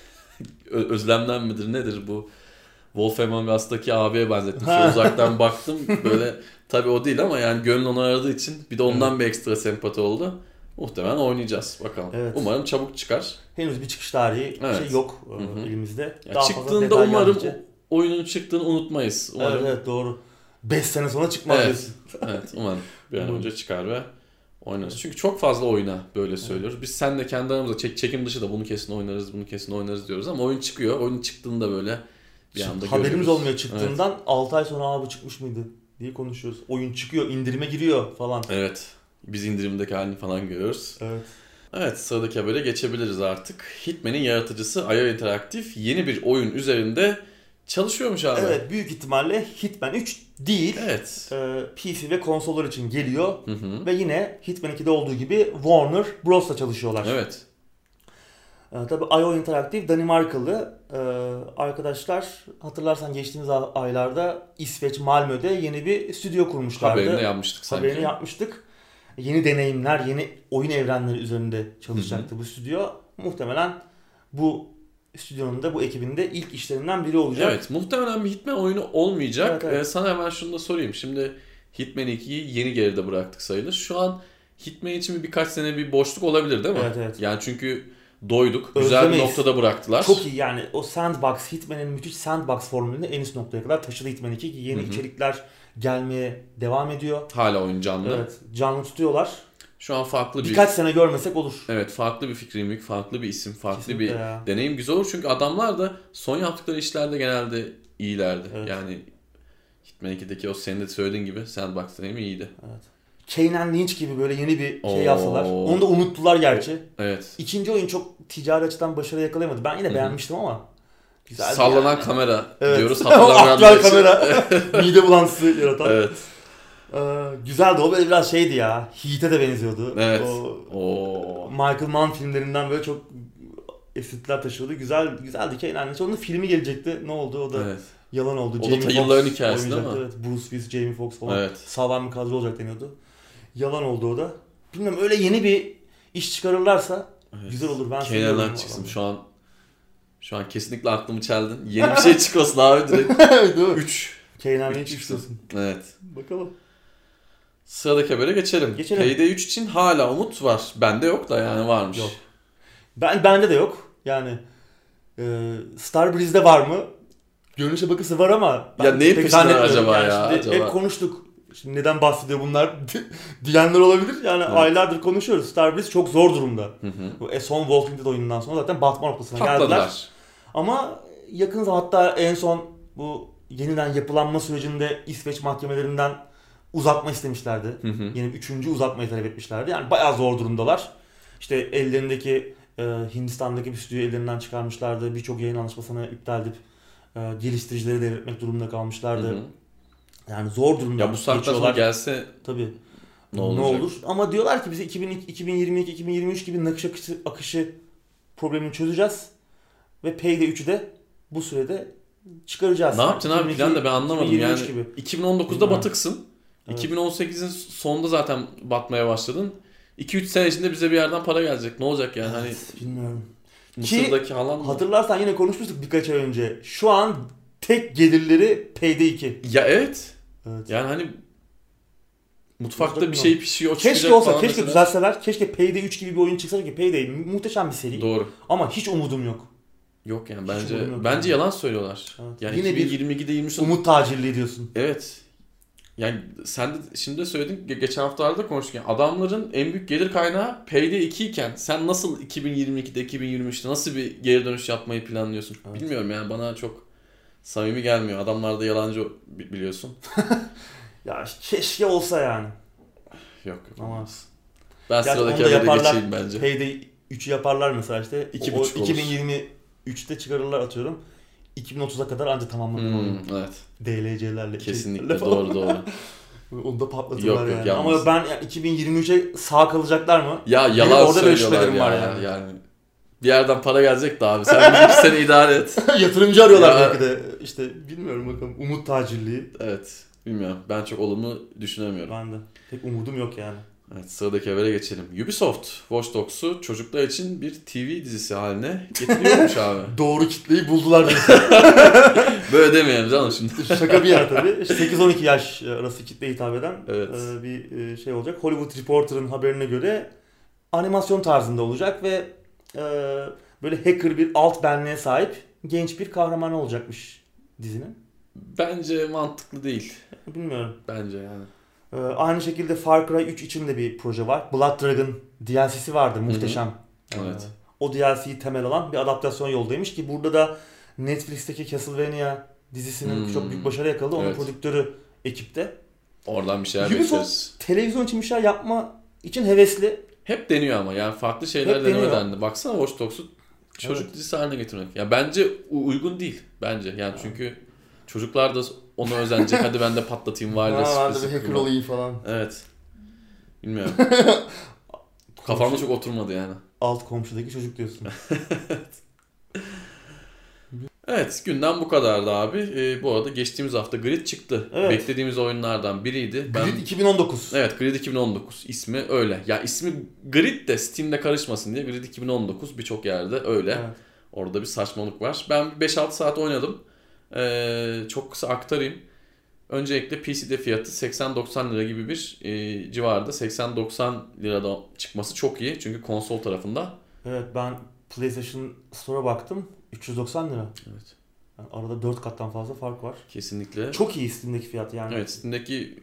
özlemden midir nedir bu? Wolf Among Us'taki abiye benzettim. Şöyle uzaktan baktım. Böyle tabii o değil ama yani gönül onu aradığı için bir de ondan evet. bir ekstra sempati oldu. Muhtemelen oynayacağız. Bakalım. Evet. Umarım çabuk çıkar. Henüz bir çıkış tarihi evet. şey yok Hı-hı. elimizde. Ya çıktığında umarım geldikçe... oyunun çıktığını unutmayız. Umarım. Evet, evet doğru. beş sene sonra çıkmaz. Evet. evet umarım. Bir an önce çıkar ve oynarız. Çünkü çok fazla oyuna böyle söylüyoruz. Biz sen de kendi aramızda çek, çekim dışı da bunu kesin oynarız, bunu kesin oynarız diyoruz ama oyun çıkıyor. Oyun çıktığında böyle bir anda Şimdi haberimiz görüyoruz. Olmuyor çıktığından evet. altı ay sonra abi çıkmış mıydı diye konuşuyoruz. Oyun çıkıyor, indirime giriyor falan. Evet. Biz indirimdeki halini falan görüyoruz. Evet. Evet, sıradaki habere geçebiliriz artık. Hitman'in yaratıcısı I O Interactive yeni bir oyun üzerinde çalışıyormuş abi. Evet, büyük ihtimalle Hitman üç değil. Evet. E, P C ve konsollar için geliyor. Hı hı. Ve yine Hitman ikide olduğu gibi Warner Bros'la çalışıyorlar. Evet. E, tabii I O Interactive Danimarkalı e, arkadaşlar, hatırlarsan geçtiğimiz aylarda İsveç Malmö'de yeni bir stüdyo kurmuşlardı. Haberini yapmıştık sanki. Haberini yapmıştık. Yeni deneyimler, yeni oyun evrenleri üzerinde çalışacaktı hı hı. bu stüdyo. Muhtemelen bu stüdyonun da bu ekibinde ilk işlerinden biri olacak. Evet, muhtemelen bir Hitman oyunu olmayacak. Evet, evet. Ee, sana hemen şunu da sorayım. Şimdi Hitman ikiyi yeni geride bıraktık sayılır. Şu an Hitman için birkaç sene bir boşluk olabilir değil mi? Evet, evet. Yani çünkü doyduk. Özlemeyiz. Güzel bir noktada bıraktılar. Çok iyi yani o sandbox, Hitman'in müthiş sandbox formülünü en üst noktaya kadar taşıdı Hitman iki. Yeni Hı-hı. içerikler gelmeye devam ediyor. Hala oyun canlı. Evet, canlı tutuyorlar. Şu an farklı bir... Birkaç sene görmesek olur. Evet, farklı bir fikrimlik, farklı bir isim, farklı Kesinlikle bir ya. deneyim güzel olur. Çünkü adamlar da son yaptıkları işlerde genelde iyilerdi. Evet. Yani Hitman ikideki o senin de söylediğin gibi sandbox deneyimi iyiydi. Evet. Kane and Lynch gibi böyle yeni bir şey Oo. yapsalar. Onu da unuttular gerçi. Evet. İkinci oyun çok ticari açıdan başarı yakalayamadı. Ben yine Hı-hı. beğenmiştim ama. Güzel sallanan yani. Kamera evet. diyoruz. Aktüel kamera. Mide bulantısı yaratan. Evet. Ee, güzeldi. O böyle biraz şeydi ya. Heat'e de benziyordu. Evet. O, Oo. Michael Mann filmlerinden böyle çok esintiler taşıyordu. Güzel güzeldi Kane and Lynch. Onun filmi gelecekti. Ne oldu? O da evet. yalan oldu. O Jamie da yılların hikayesi değil mi? Evet. Bruce Willis, Jamie Foxx falan. Evet. Sağlam bir kadro olacak deniyordu. Yalan oldu o da. Bilmiyorum öyle yeni bir iş çıkarırlarsa evet. güzel olur. Ben Kenardan çıksın şu an. Şu an kesinlikle aklımı çeldin. Yeni bir şey çıkmasın abi direkt. üç. Kenardan hiç çıksın. Evet. Bakalım. Sıradaki habere geçelim. geçelim. Payday üç için hala umut var. Bende yok da yani varmış. Yok. Ben bende de yok. Yani e, Starbreeze'de var mı? Görünüşe bakısı var ama ben ya neyin peşinde acaba yani ya? Şimdi acaba? Hep konuştuk. Şimdi neden bahsediyor bunlar diyenler olabilir. Yani evet. aylardır konuşuyoruz. Starbreeze çok zor durumda. Hı hı. Bu son Walking Dead oyunundan sonra zaten batma noktasına Patladılar. geldiler. Ama yakın zaman hatta en son bu yeniden yapılanma sürecinde İsveç mahkemelerinden uzatma istemişlerdi. Hı hı. Yeni üçüncü uzatmayı talep etmişlerdi. Yani bayağı zor durumdalar. İşte ellerindeki e, Hindistan'daki bir stüdyoyu ellerinden çıkarmışlardı. Birçok yayın anlaşmasını iptal edip e, geliştiricileri devretmek durumunda kalmışlardı. Hı hı. Yani zor durumda. Ya bu saatten sonra gelse tabii ne, ne olur? Ama diyorlar ki bize iki bin yirmi iki iki bin yirmi üç gibi nakış akışı, akışı problemini çözeceğiz. Ve Payday üçü de bu sürede çıkaracağız. Ne yapacaksın abi plan da ben anlamadım yani. Gibi. iki bin on dokuzda Bilmiyorum. batıksın. Evet. iki bin on sekizin sonunda zaten batmaya başladın. iki üç sene içinde bize bir yerden para gelecek. Ne olacak yani? Evet, hani bilmiyorum. Mısır'daki Ki, halam mı? Hatırlarsan yine konuşmuştuk birkaç ay önce. Şu an tek gelirleri Payday iki. Ya evet. evet. Yani hani mutfakta Mutfak bir şey pişiyor. Keşke olsa, keşke mesela. düzelseler. Keşke Payday üç gibi bir oyun çıksa ki Payday muhteşem bir seri. Doğru. Ama hiç umudum yok. Yok yani bence yok bence yani. yalan söylüyorlar. Evet. Yani yine iki bin yirmi ikide yirmi üç umut tacirliği diyorsun. Evet. Yani sen de şimdi de söyledin geçen haftalarda konuştuk. Yani adamların en büyük gelir kaynağı Payday iki iken sen nasıl iki bin yirmi ikide iki bin yirmi üçte nasıl bir geri dönüş yapmayı planlıyorsun? Evet. Bilmiyorum yani bana çok samimi gelmiyor. Adamlar da yalancı biliyorsun. Ya keşke olsa yani. Yok yok olmaz. Ben Gerçi sıradaki haberi geçeyim bence. Payday üçü yaparlar mesela işte. iki buçuk iki bin yirmi üçte çıkarırlar atıyorum. iki bin otuza kadar anca tamamlanır hmm, oyun. Evet. D L C'lerle. Kesinlikle doğru doğru. Onu da patlatırlar yok, yani. Yok, ama ben yani iki bin yirmi üçe sağ kalacaklar mı? Ya yalan söylüyorlar ya, var yani. yani. Bir yerden para gelecek de abi. Sen bir iki sene idare et. Yatırımcı arıyorlar ya. Belki de. İşte bilmiyorum bakalım. Umut tacirliği. Evet. Bilmiyorum. Ben çok olumlu düşünemiyorum. Ben de. Pek umudum yok yani. Evet, sıradaki habere geçelim. Ubisoft Watch Dogs'u çocuklar için bir T V dizisi haline getiriyormuş abi. Doğru kitleyi buldular. Böyle demeyelim canım şimdi. Şaka bir yana tabii. sekiz on iki yaş arası kitleye hitap eden evet. bir şey olacak. Hollywood Reporter'ın haberine göre animasyon tarzında olacak ve böyle hacker bir alt benliğe sahip genç bir kahraman olacakmış dizinin. Bence mantıklı değil. Bilmiyorum. Bence yani. Ee, aynı şekilde Far Cry üç için de bir proje var. Blood Dragon D L C'si vardı muhteşem. Hı hı. Evet. Ee, o D L C'yi temel alan bir adaptasyon yoldaymış ki burada da Netflix'teki Castlevania dizisinin hmm. çok büyük başarı yakaladı. Onun evet. prodüktörü ekipte. Oradan bir şeyler bekleriz. Televizyon için bir şeyler yapma için hevesli. Hep deniyor ama yani farklı şeyler deneme dendi. Baksana Watch Dogs'u çocuk evet. dizisi haline getirmek. Ya bence uygun değil bence. Yani çünkü çocuklar da ona özenecek. Hadi ben de patlatayım wireless. Ha, ben de bir hacker olayım falan. Evet. Bilmiyorum. Kafamda çok oturmadı yani. Alt komşudaki çocuk diyorsun. Evet, günden bu kadardı abi. Ee, bu arada geçtiğimiz hafta Grid çıktı. Evet. Beklediğimiz oyunlardan biriydi. Ben... Grid iki bin on dokuz. Evet, Grid iki bin on dokuz. İsmi öyle. Ya ismi Grid de Steam'de karışmasın diye Grid iki bin on dokuz birçok yerde öyle. Evet. Orada bir saçmalık var. Ben beş altı saat oynadım. Ee, çok kısa aktarayım. Öncelikle P C'de fiyatı seksen doksan lira gibi bir e, civarda. seksen doksan lirada çıkması çok iyi. Çünkü konsol tarafında. Evet, ben PlayStation Store'a baktım. üç yüz doksan lira. Evet. Yani arada dört kattan fazla fark var. Kesinlikle. Çok iyi Steam'deki fiyat yani. Evet, Steam'deki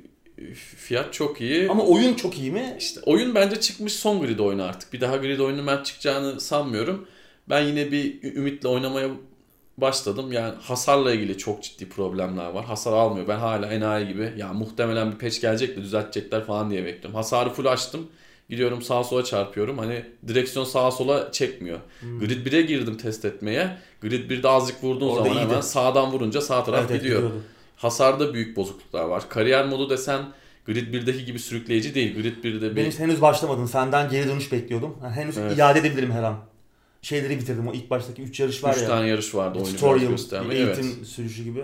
fiyat çok iyi. Ama oyun çok iyi mi? İşte oyun bence çıkmış son Grid oyunu artık. Bir daha Grid oyunun ben çıkacağını sanmıyorum. Ben yine bir ümitle oynamaya başladım. Yani hasarla ilgili çok ciddi problemler var. Hasar almıyor. Ben hala enayi gibi ya muhtemelen bir patch gelecek de düzeltecekler falan diye bekliyorum. Hasarı full açtım. Gidiyorum sağa sola çarpıyorum. Hani direksiyon sağa sola çekmiyor. Hmm. Grid bire girdim test etmeye. Grid birde azıcık vurduğun Orada zaman iyiydi. Hemen sağdan vurunca sağ taraf evet, gidiyor. Evet, hasarda büyük bozukluklar var. Kariyer modu desen Grid birdeki gibi sürükleyici değil. Grid birde bir... Ben henüz başlamadım. Senden geri dönüş bekliyordum. Yani henüz evet. iade edebilirim her an. Şeyleri bitirdim. O ilk baştaki üç yarış var üç ya. üç tane yarış vardı oyunu biraz göstermek. Eğitim evet. sürüşü gibi.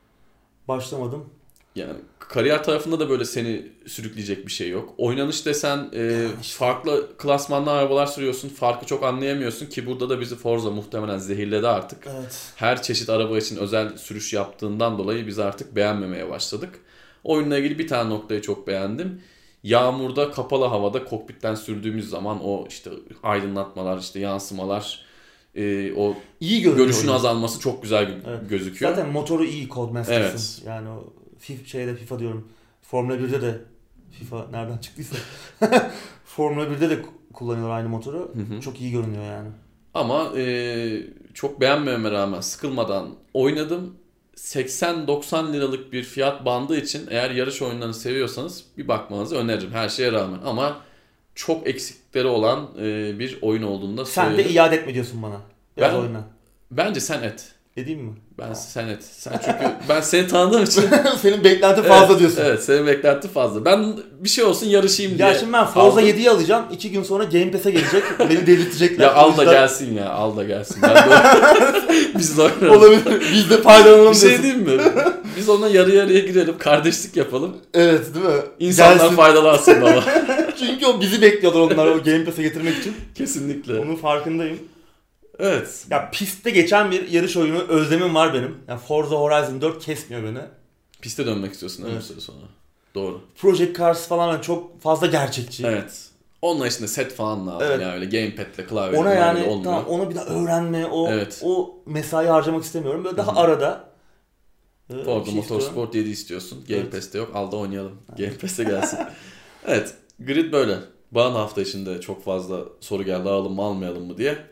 Başlamadım. Yani kariyer tarafında da böyle seni sürükleyecek bir şey yok. Oynanış desen e, farklı klasmanlı arabalar sürüyorsun. Farkı çok anlayamıyorsun ki burada da bizi Forza muhtemelen zehirledi artık. Evet. Her çeşit araba için özel sürüş yaptığından dolayı biz artık beğenmemeye başladık. Oyunla ilgili bir tane noktayı çok beğendim. Yağmurda, kapalı havada kokpitten sürdüğümüz zaman o işte aydınlatmalar, işte yansımalar, e, o iyi görüşün azalması çok güzel evet. gözüküyor. Zaten motoru iyi Codemasters'ın. Evet. Yani o FIFA, şeyde FIFA diyorum. Formula birde de FIFA nereden çıktıysa Formula birde de kullanıyorlar aynı motoru. Hı hı. Çok iyi görünüyor yani. Ama e, çok beğenmeme rağmen sıkılmadan oynadım. seksen doksan liralık bir fiyat bandı için eğer yarış oyunlarını seviyorsanız bir bakmanızı öneririm her şeye rağmen. Ama çok eksikleri olan e, bir oyun olduğunu da söyledim. Sen de iade etme diyorsun bana. Ben, oyuna. Bence sen et. Edeyim mi? Ben tamam. Sen et. Sen çünkü ben seni tanıdığım için. Senin beklentin fazla evet, diyorsun. Evet, senin beklentin fazla. Ben bir şey olsun yarışayım diye. Ya şimdi ben Forza yediyi alacağım. iki gün sonra Game Pass'e gelecek. Beni delirtecekler. Ya al da gelsin ya. Al da gelsin. Ben de biz de oynarız. Olabilir. Biz de faydalanalım. Bir şey diyeyim mi? Biz ona yarı yarıya girelim. Kardeşlik yapalım. Evet değil mi? İnsanlar gelsin. Faydalansın baba. Çünkü o bizi bekliyorlar onlar o Game Pass'e getirmek için. Kesinlikle. Onun farkındayım. Evet. Ya pistte geçen bir yarış oyunu özlemim var benim. Yani Forza Horizon dört kesmiyor beni. Piste dönmek istiyorsun evet. Bir süre sonra. Doğru. Project Cars falan çok fazla gerçekçi. Evet. Onunla içinde set falan lazım evet. Yani öyle gamepad'le klavye ona yani olmuyor. Tamam onu bir daha öğrenme o evet. O mesai harcamak istemiyorum. Böyle daha Hı-hı. arada Forza şey Motorsport yedi istiyorsun. Game evet. Pass'te yok. Al da oynayalım. Game Pass'te gelsin. Evet. Grid böyle. Bana hafta içinde çok fazla soru geldi. Alalım mı almayalım mı diye.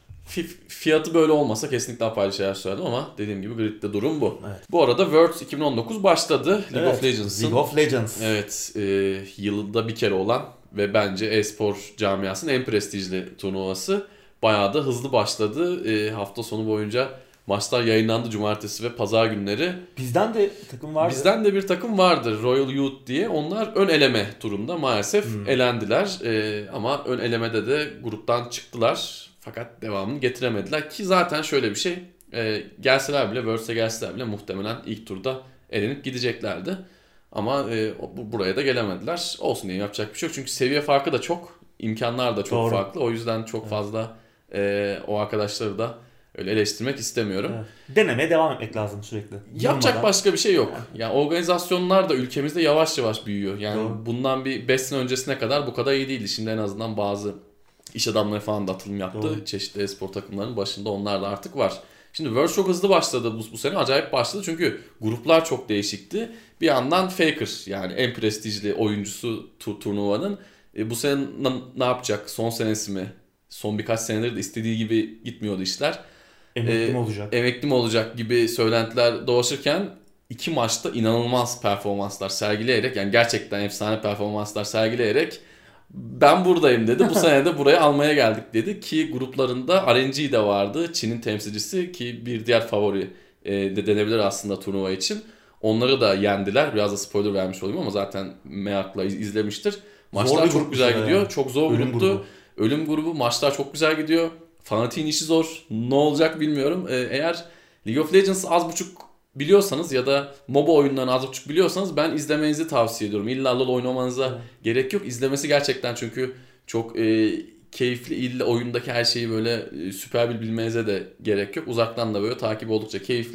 Fiyatı böyle olmasa kesinlikle apayrı şeyler söyledim ama dediğim gibi Grid'de durum bu. Evet. Bu arada Worlds iki bin on dokuz başladı. League evet, of Legends'ın. League of Legends. Evet. E, yılda bir kere olan ve bence e-spor camiasının en prestijli turnuvası. Bayağı da hızlı başladı. E, hafta sonu boyunca maçlar yayınlandı cumartesi ve pazar günleri. Bizden de takım vardı. Bizden de bir takım vardır. Royal Youth diye. Onlar ön eleme turunda maalesef hmm. elendiler. E, ama ön elemede de gruptan çıktılar. Fakat devamını getiremediler ki zaten şöyle bir şey e, gelseler bile Worlds'e gelseler bile muhtemelen ilk turda elenip gideceklerdi. Ama e, bu, buraya da gelemediler. Olsun diye yapacak bir şey yok. Çünkü seviye farkı da çok, imkanlar da çok Doğru. farklı. O yüzden çok evet. fazla e, o arkadaşları da öyle eleştirmek istemiyorum. Evet. Denemeye devam etmek lazım sürekli. Yapacak Durmadan. Başka bir şey yok. Yani. yani organizasyonlar da ülkemizde yavaş yavaş büyüyor. Yani Doğru. bundan bir beş sene öncesine kadar bu kadar iyi değildi. Şimdi en azından bazı İş adamları falan da atılım yaptı. Doğru. Çeşitli e-spor takımlarının başında onlar da artık var. Şimdi Worlds çok hızlı başladı bu, bu sene. Acayip başladı çünkü gruplar çok değişikti. Bir yandan Faker yani en prestijli oyuncusu tu- turnuvanın. E, bu sene n- ne yapacak? Son senesi mi? Son birkaç senedir de istediği gibi gitmiyordu işler. Emekli e, mi olacak? Emekli mi olacak gibi söylentiler dolaşırken iki maçta inanılmaz performanslar sergileyerek yani gerçekten efsane performanslar sergileyerek ben buradayım dedi. Bu sene de buraya almaya geldik dedi ki gruplarında R N G de vardı. Çin'in temsilcisi ki bir diğer favori de denebilir aslında turnuva için. Onları da yendiler. Biraz da spoiler vermiş olayım ama zaten merakla izlemiştir. Maçlar çok güzel gidiyor. Yani. Çok zor Ölüm gruptu. Grubu. Ölüm grubu. Maçlar çok güzel gidiyor. Fanatiğin işi zor. Ne olacak bilmiyorum. Eğer League of Legends az buçuk biliyorsanız ya da MOBA oyunlarını az buçuk biliyorsanız ben izlemenizi tavsiye ediyorum. İlla LoL oynamanıza evet. gerek yok. İzlemesi gerçekten çünkü çok e, keyifli. İlla oyundaki her şeyi böyle e, süper bir bilmenize de gerek yok. Uzaktan da böyle takip oldukça keyifli.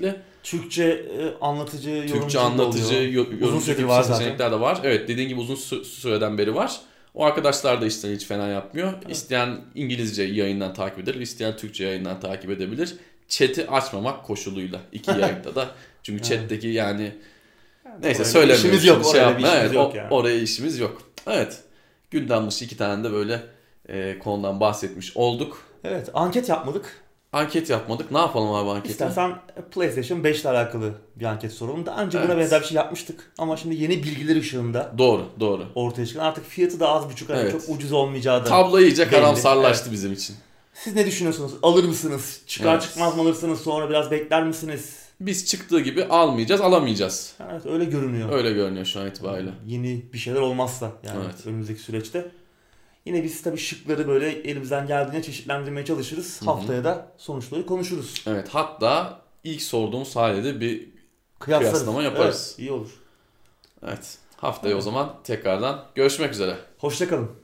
Türkçe e, anlatıcı, yorumcu Türkçe anlatıcı, yorumcu var seçenekler de var. Evet, dediğin gibi uzun sü- süreden beri var. O arkadaşlar da işten hiç fena yapmıyor. Evet. İsteyen İngilizce yayından takip edebilir, isteyen Türkçe yayından takip edebilir. Chat'i açmamak koşuluyla iki yayında da. Çünkü chat'teki yani neyse söylemiyoruz. İşimiz yok. Şey oraya işimiz evet, yok yani. Oraya işimiz yok. Evet. Gündem dışı iki tane de böyle e, konudan bahsetmiş olduk. Evet. Anket yapmadık. Anket yapmadık. Ne yapalım abi anketi? İstersen PlayStation beş ile alakalı bir anket soralım. Daha önce evet. buna benzer bir şey yapmıştık. Ama şimdi yeni bilgiler ışığında. Doğru, doğru. Ortaya çıkan. Artık fiyatı da az buçuk. Evet. Çok ucuz olmayacağı da tablo iyice karamsarlaştı evet. bizim için. Siz ne düşünüyorsunuz? Alır mısınız? Çıkar evet. çıkmaz mı alırsınız? Sonra biraz bekler misiniz? Biz çıktığı gibi almayacağız, alamayacağız. Evet, öyle görünüyor. Öyle görünüyor şu an itibariyle. Yeni bir şeyler olmazsa yani evet. önümüzdeki süreçte. Yine biz tabii şıkları böyle elimizden geldiğince çeşitlendirmeye çalışırız. Hı-hı. Haftaya da sonuçları konuşuruz. Evet, hatta ilk sorduğumuz halde bir Kıyaslarız. kıyaslama yaparız. Evet, iyi olur. Evet, haftaya evet. o zaman tekrardan görüşmek üzere. Hoşça kalın.